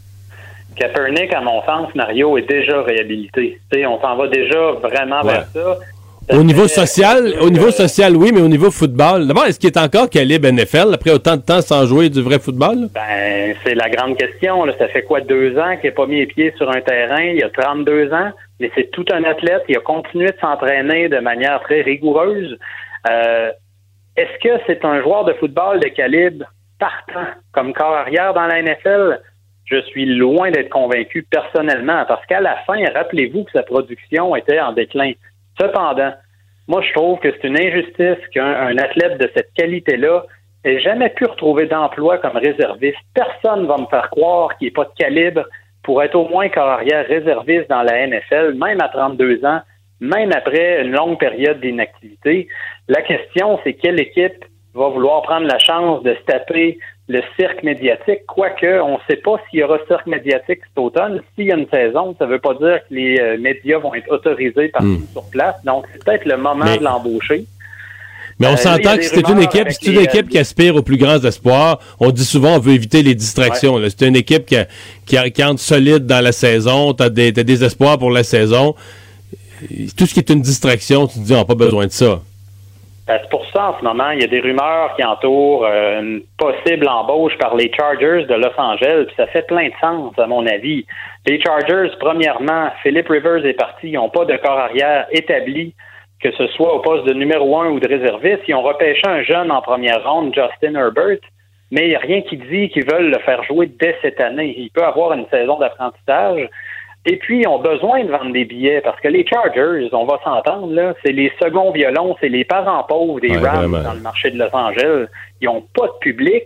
Speaker 15: Kaepernick, à mon sens, Mario, est déjà réhabilité. T'sais, on s'en va déjà vraiment ouais. vers ça.
Speaker 5: Au niveau social, au niveau social, oui, mais au niveau football. D'abord, est-ce qu'il est encore calibre N F L après autant de temps sans jouer du vrai football?
Speaker 15: Ben, c'est la grande question. Là. Ça fait quoi, deux ans qu'il n'a pas mis les pieds sur un terrain? Il y a trente-deux ans, mais c'est tout un athlète. Il a continué de s'entraîner de manière très rigoureuse. Euh, est-ce que c'est un joueur de football de calibre partant comme corps arrière dans la N F L? Je suis loin d'être convaincu personnellement, parce qu'à la fin, rappelez-vous que sa production était en déclin. Cependant, moi, je trouve que c'est une injustice qu'un un athlète de cette qualité-là ait jamais pu retrouver d'emploi comme réserviste. Personne ne va me faire croire qu'il n'est pas de calibre pour être au moins corps arrière réserviste dans la N F L, même à trente-deux ans, même après une longue période d'inactivité. La question, c'est quelle équipe va vouloir prendre la chance de se taper le cirque médiatique, quoique on ne sait pas s'il y aura cirque médiatique cet automne. S'il y a une saison, ça ne veut pas dire que les euh, médias vont être autorisés partout mmh. sur place. Donc, c'est peut-être le moment Mais... de l'embaucher.
Speaker 5: Mais on euh, s'entend là, que c'est une équipe, c'est une équipe euh, qui aspire aux plus grands espoirs. On dit souvent on veut éviter les distractions. Ouais. Là. C'est une équipe qui, a, qui, a, qui entre solide dans la saison. T'as des, t'as des espoirs pour la saison. Tout ce qui est une distraction, tu te dis on n'a pas besoin de ça.
Speaker 15: Ben, c'est pour ça, en ce moment, il y a des rumeurs qui entourent euh, une possible embauche par les Chargers de Los Angeles, puis ça fait plein de sens, à mon avis. Les Chargers, premièrement, Philip Rivers est parti, ils n'ont pas de corps arrière établi, que ce soit au poste de numéro un ou de réserviste. Ils ont repêché un jeune en première ronde, Justin Herbert, mais il n'y a rien qui dit qu'ils veulent le faire jouer dès cette année. Il peut avoir une saison d'apprentissage. Et puis, ils ont besoin de vendre des billets parce que les Chargers, on va s'entendre, là, c'est les seconds violons, c'est les parents pauvres des ouais, Rams vraiment. Dans le marché de Los Angeles. Ils n'ont pas de public.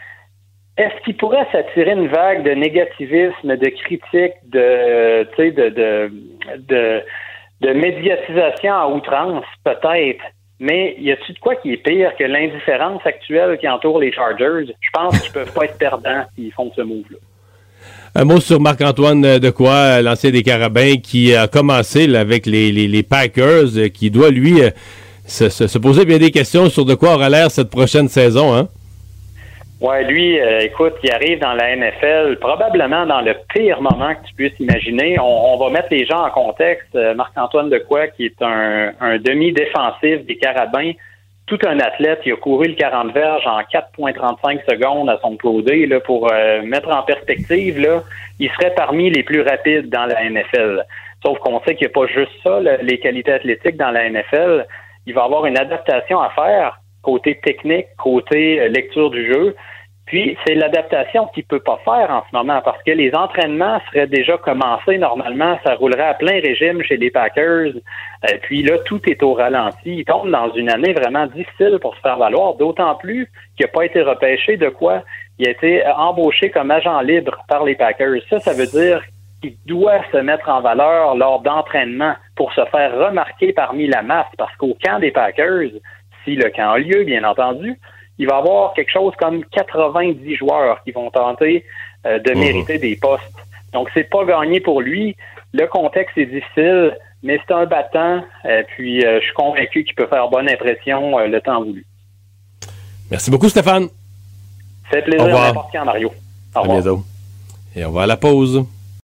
Speaker 15: Est-ce qu'ils pourraient s'attirer une vague de négativisme, de critique, de, tu sais, de, de, de, de médiatisation à outrance? Peut-être. Mais y a-t-il de quoi qui est pire que l'indifférence actuelle qui entoure les Chargers? Je pense qu'ils peuvent pas être perdants s'ils font ce move-là.
Speaker 5: Un mot sur Marc-Antoine Dequoy, l'ancien des Carabins, qui a commencé là, avec les, les, les Packers, qui doit, lui, se, se, se poser bien des questions sur de quoi aura l'air cette prochaine saison, hein?
Speaker 15: Ouais, lui, euh, écoute, il arrive dans la N F L probablement dans le pire moment que tu puisses imaginer. On, on va mettre les gens en contexte. Euh, Marc-Antoine Dequoy, qui est un, un demi-défensif des Carabins, tout un athlète, il a couru le quarante verges en quatre virgule trente-cinq secondes à son Pro Day, là, pour euh, mettre en perspective, là, il serait parmi les plus rapides dans la N F L. Sauf qu'on sait qu'il n'y a pas juste ça, là, les qualités athlétiques dans la N F L. Il va avoir une adaptation à faire, côté technique, côté euh, lecture du jeu. Puis, c'est l'adaptation qu'il peut pas faire en ce moment parce que les entraînements seraient déjà commencés normalement. Ça roulerait à plein régime chez les Packers. Euh, puis là, tout est au ralenti. Il tombe dans une année vraiment difficile pour se faire valoir, d'autant plus qu'il n'a pas été repêché de quoi. Il a été embauché comme agent libre par les Packers. Ça, ça veut dire qu'il doit se mettre en valeur lors d'entraînement pour se faire remarquer parmi la masse parce qu'au camp des Packers, si le camp a lieu, bien entendu, il va y avoir quelque chose comme quatre-vingt-dix joueurs qui vont tenter euh, de mériter mmh. des postes. Donc, c'est pas gagné pour lui. Le contexte est difficile, mais c'est un battant. Euh, puis, euh, je suis convaincu qu'il peut faire bonne impression euh, le temps voulu.
Speaker 5: Merci beaucoup, Stéphane.
Speaker 15: C'est plaisir n'importe quand, Mario. Au revoir.
Speaker 5: À bientôt. Et on va à la pause.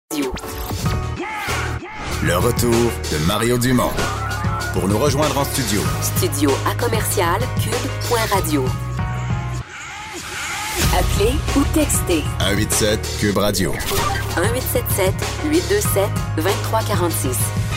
Speaker 4: Le retour de Mario Dumont. Pour nous rejoindre en studio.
Speaker 2: Studio à commercial cube point radio. Appelez ou textez.
Speaker 4: un huit sept Cube Radio.
Speaker 2: un huit sept sept huit deux sept deux trois quatre six.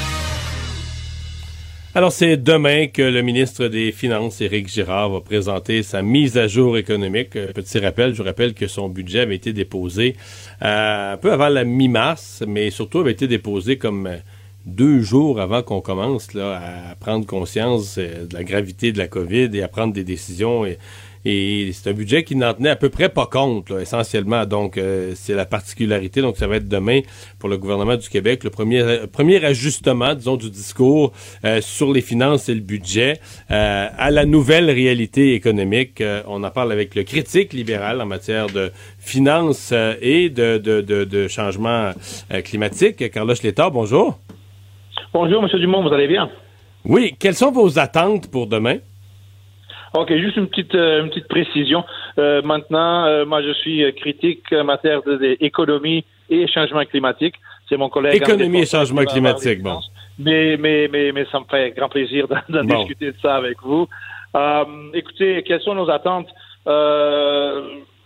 Speaker 5: Alors, c'est demain que le ministre des Finances, Éric Girard, va présenter sa mise à jour économique. Petit rappel, je vous rappelle que son budget avait été déposé euh, un peu avant la mi-mars, mais surtout avait été déposé comme euh, deux jours avant qu'on commence là, à prendre conscience euh, de la gravité de la COVID et à prendre des décisions. Et, et c'est un budget qui n'en tenait à peu près pas compte, là, essentiellement. Donc, euh, c'est la particularité. Donc, ça va être demain pour le gouvernement du Québec, le premier, euh, premier ajustement, disons, du discours euh, sur les finances et le budget euh, à la nouvelle réalité économique. Euh, on en parle avec le critique libéral en matière de finances euh, et de, de, de, de changement euh, climatique. Carlos Létard, bonjour.
Speaker 16: Bonjour, M. Dumont, vous allez bien?
Speaker 5: Oui. Quelles sont vos attentes pour demain?
Speaker 16: OK, juste une petite euh, une petite précision. Euh, maintenant, euh, moi, je suis critique en matière d'économie et changement climatique. C'est mon collègue...
Speaker 5: Économie et changement climatique, bon.
Speaker 16: Mais, mais, mais, mais ça me fait grand plaisir d'en, d'en bon. discuter de ça avec vous. Euh, écoutez, quelles sont nos attentes? Euh,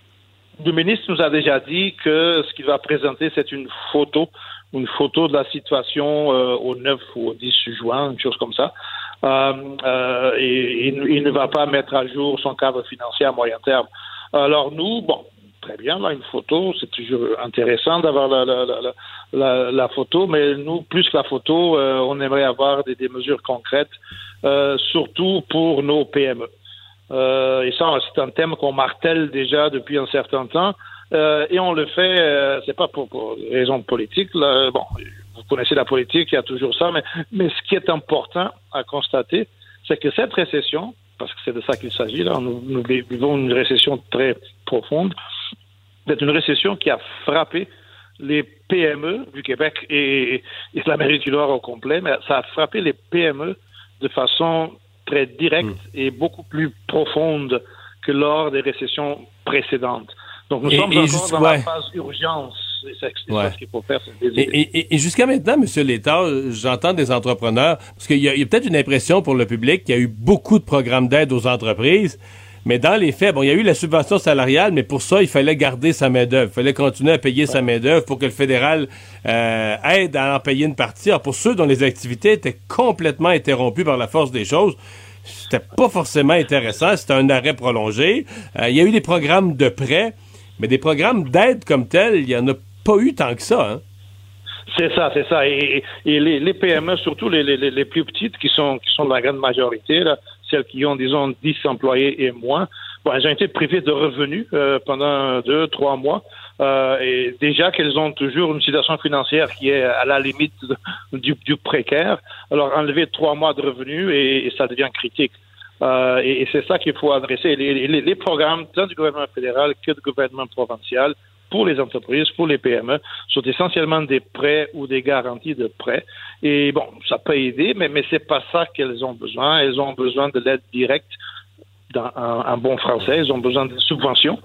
Speaker 16: le ministre nous a déjà dit que ce qu'il va présenter, c'est une photo, une photo de la situation euh, au neuf ou au dix juin, une chose comme ça. Euh, euh, et il, il ne va pas mettre à jour son cadre financier à moyen terme. Alors nous, bon, très bien, là, une photo, c'est toujours intéressant d'avoir la, la, la, la, la photo, mais nous, plus que la photo, euh, on aimerait avoir des, des mesures concrètes, euh, surtout pour nos P M E. Euh, et ça, c'est un thème qu'on martèle déjà depuis un certain temps, euh, et on le fait, euh, c'est pas pour, pour raisons politiques, là, bon... Vous connaissez la politique, il y a toujours ça, mais, mais ce qui est important à constater, c'est que cette récession, parce que c'est de ça qu'il s'agit, là, nous, nous vivons une récession très profonde, c'est une récession qui a frappé les P M E du Québec et, et l'Amérique du Nord au complet, mais ça a frappé les P M E de façon très directe mmh. et beaucoup plus profonde que lors des récessions précédentes. Donc nous et, sommes et encore juste, dans ouais. la phase urgence. C'est, c'est ouais. ça ce qu'il faut faire. C'est
Speaker 5: et, et, et jusqu'à maintenant, M. Létard, j'entends des entrepreneurs, parce qu'il y a, il y a peut-être une impression pour le public qu'il y a eu beaucoup de programmes d'aide aux entreprises, mais dans les faits, bon, il y a eu la subvention salariale, mais pour ça, il fallait garder sa main-d'œuvre. Il fallait continuer à payer ouais. sa main-d'œuvre pour que le fédéral euh, aide à en payer une partie. Alors, pour ceux dont les activités étaient complètement interrompues par la force des choses, c'était pas forcément intéressant. C'était un arrêt prolongé. Euh, il y a eu des programmes de prêts, mais des programmes d'aide comme tels, il y en a pas eu tant que ça, hein?
Speaker 16: C'est ça, c'est ça. Et, et les, les P M E, surtout les, les, les plus petites, qui sont qui sont la grande majorité, là, celles qui ont, disons, dix employés et moins, bon, elles ont été privées de revenus euh, pendant deux, trois mois. Euh, et déjà qu'elles ont toujours une situation financière qui est à la limite de, du, du précaire. Alors, enlever trois mois de revenus et, et ça devient critique. Euh, et, et c'est ça qu'il faut adresser. Les, les, les programmes, tant du gouvernement fédéral que du gouvernement provincial, pour les entreprises, pour les P M E, sont essentiellement des prêts ou des garanties de prêts. Et bon, ça peut aider, mais, mais c'est pas ça qu'elles ont besoin. Elles ont besoin de l'aide directe dans un, un bon français. Elles ont besoin de subventions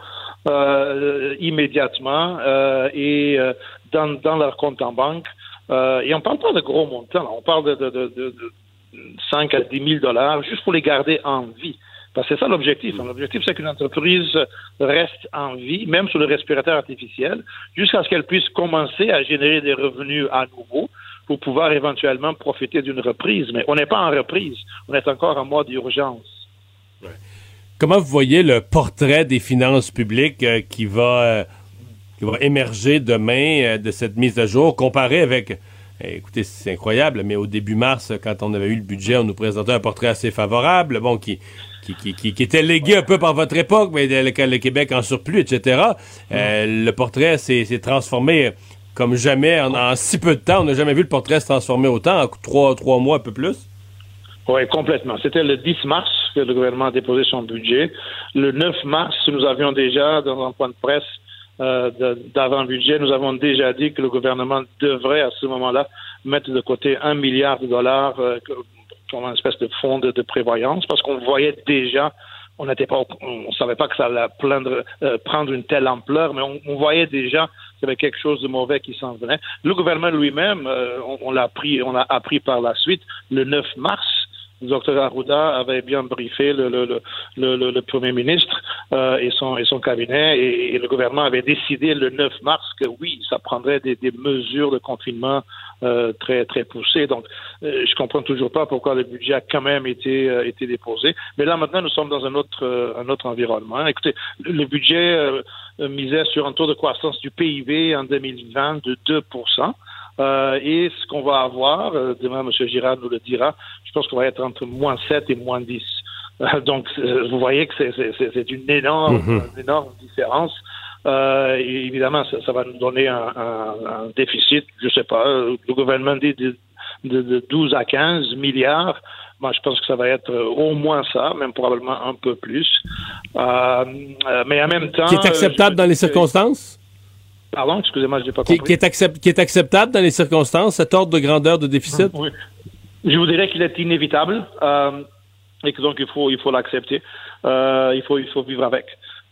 Speaker 16: euh, immédiatement euh, et euh, dans, dans leur compte en banque. Euh, et on parle pas de gros montants. Là. On parle de, de, de, de, de cinq à dix mille dollars juste pour les garder en vie. Parce que c'est ça l'objectif. L'objectif, c'est qu'une entreprise reste en vie, même sous le respirateur artificiel, jusqu'à ce qu'elle puisse commencer à générer des revenus à nouveau pour pouvoir éventuellement profiter d'une reprise. Mais on n'est pas en reprise. On est encore en mode d'urgence.
Speaker 5: Ouais. Comment vous voyez le portrait des finances publiques euh, qui va, euh, qui va émerger demain euh, de cette mise à jour, comparé avec... Écoutez, c'est incroyable, mais au début mars, quand on avait eu le budget, on nous présentait un portrait assez favorable, bon, qui, qui, qui, qui, qui était légué un peu par votre époque, mais le, le Québec en surplus, et cetera. Euh, le portrait s'est, s'est transformé comme jamais, en, en si peu de temps. On n'a jamais vu le portrait se transformer autant, en trois, trois mois, un peu plus.
Speaker 16: Oui, complètement. C'était le dix mars que le gouvernement a déposé son budget. Le neuf mars, nous avions déjà, dans un point de presse, Euh, de, d'avant-budget, nous avons déjà dit que le gouvernement devrait, à ce moment-là, mettre de côté un milliard de dollars euh, comme une espèce de fonds de, de prévoyance, parce qu'on voyait déjà, on n'était pas, on savait pas que ça allait prendre, euh, prendre une telle ampleur, mais on, on voyait déjà qu'il y avait quelque chose de mauvais qui s'en venait. Le gouvernement lui-même, euh, on, on l'a appris, on l'a appris par la suite, le neuf mars. Le docteur Arruda avait bien briefé le, le, le, le, le premier ministre euh, et, son, et son cabinet, et, et le gouvernement avait décidé le neuf mars que oui, ça prendrait des, des mesures de confinement euh, très très poussées. Donc, euh, je comprends toujours pas pourquoi le budget a quand même été euh, été déposé. Mais là maintenant, nous sommes dans un autre euh, un autre environnement. Écoutez, le, le budget euh, misait sur un taux de croissance du P I B en deux mille vingt de deux pour cent. Euh, et ce qu'on va avoir, euh, demain M. Girard nous le dira, je pense qu'on va être entre moins sept et moins dix. Euh, donc, euh, vous voyez que c'est, c'est, c'est une énorme, mm-hmm. une énorme différence. Euh, et évidemment, ça, ça va nous donner un, un, un déficit, je sais pas, le gouvernement dit de, de, de douze à quinze milliards. Moi, je pense que ça va être au moins ça, même probablement un peu plus. Euh, euh, mais en même temps...
Speaker 5: Qui est acceptable euh, dans les circonstances?
Speaker 16: Pardon, excusez-moi, je n'ai pas compris.
Speaker 5: Qui, qui, est accept, qui est acceptable dans les circonstances, cet ordre de grandeur de déficit?
Speaker 16: Oui. Je vous dirais qu'il est inévitable euh, et que donc il faut, il faut l'accepter. Euh, il faut, il faut vivre avec.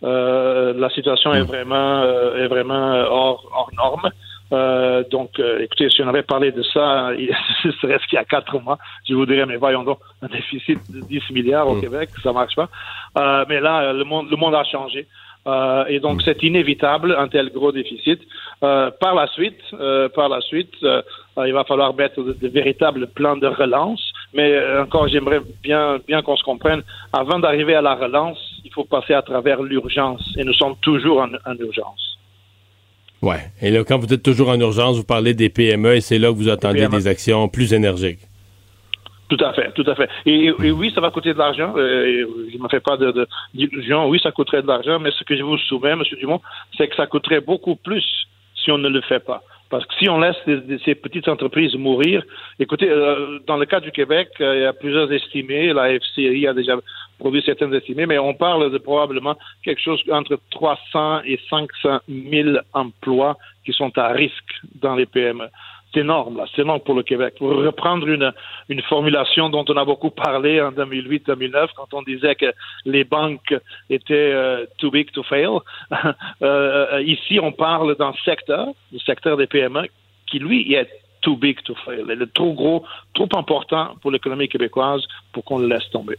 Speaker 16: Euh, la situation est vraiment, euh, est vraiment hors, hors norme. Euh, donc, euh, écoutez, si on avait parlé de ça, il serait-ce qu'il y a quatre mois, je vous dirais, mais voyons donc, un déficit de dix milliards au mmh. Québec, ça marche pas. Euh, mais là, le monde, le monde a changé. Euh, et donc, c'est inévitable, un tel gros déficit. Euh, par la suite, euh, par la suite, euh, il va falloir mettre de, de véritables plans de relance. Mais euh, encore, j'aimerais bien, bien qu'on se comprenne. Avant d'arriver à la relance, il faut passer à travers l'urgence. Et nous sommes toujours en, en urgence.
Speaker 5: Ouais. Et là, quand vous êtes toujours en urgence, vous parlez des P M E et c'est là que vous attendez des actions plus énergiques.
Speaker 16: Tout à fait, tout à fait. Et, et oui, ça va coûter de l'argent. Euh, je ne me fais pas de, de, d'illusions. Oui, ça coûterait de l'argent, mais ce que je vous soumets, M. Dumont, c'est que ça coûterait beaucoup plus si on ne le fait pas. Parce que si on laisse des, des, ces petites entreprises mourir, écoutez, euh, dans le cas du Québec, euh, il y a plusieurs estimés. La F C I a déjà produit certaines estimées, mais on parle de probablement quelque chose entre trois cents et cinq cent mille emplois qui sont à risque dans les P M E. C'est énorme, là. C'est énorme pour le Québec. Pour reprendre une, une formulation dont on a beaucoup parlé en deux mille huit deux mille neuf, quand on disait que les banques étaient euh, too big to fail. euh, ici, on parle d'un secteur, le secteur des P M E, qui, lui, est too big to fail. Il est trop gros, trop important pour l'économie québécoise pour qu'on le laisse tomber.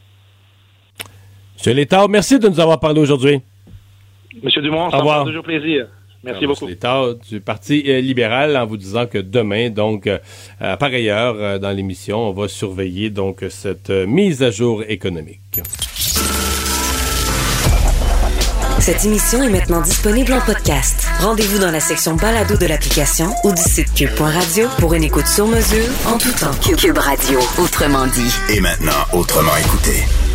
Speaker 5: M. Létard, merci de nous avoir parlé aujourd'hui.
Speaker 16: M. Dumont, ça me fait toujours plaisir. Merci beaucoup.
Speaker 5: L'État du Parti euh, libéral en vous disant que demain, donc, euh, par ailleurs, euh, dans l'émission, on va surveiller donc cette euh, mise à jour économique.
Speaker 2: Cette émission est maintenant disponible en podcast. Rendez-vous dans la section balado de l'application ou du site cube point radio pour une écoute sur mesure en tout temps. Cube Radio, autrement dit.
Speaker 4: Et maintenant, autrement écouté.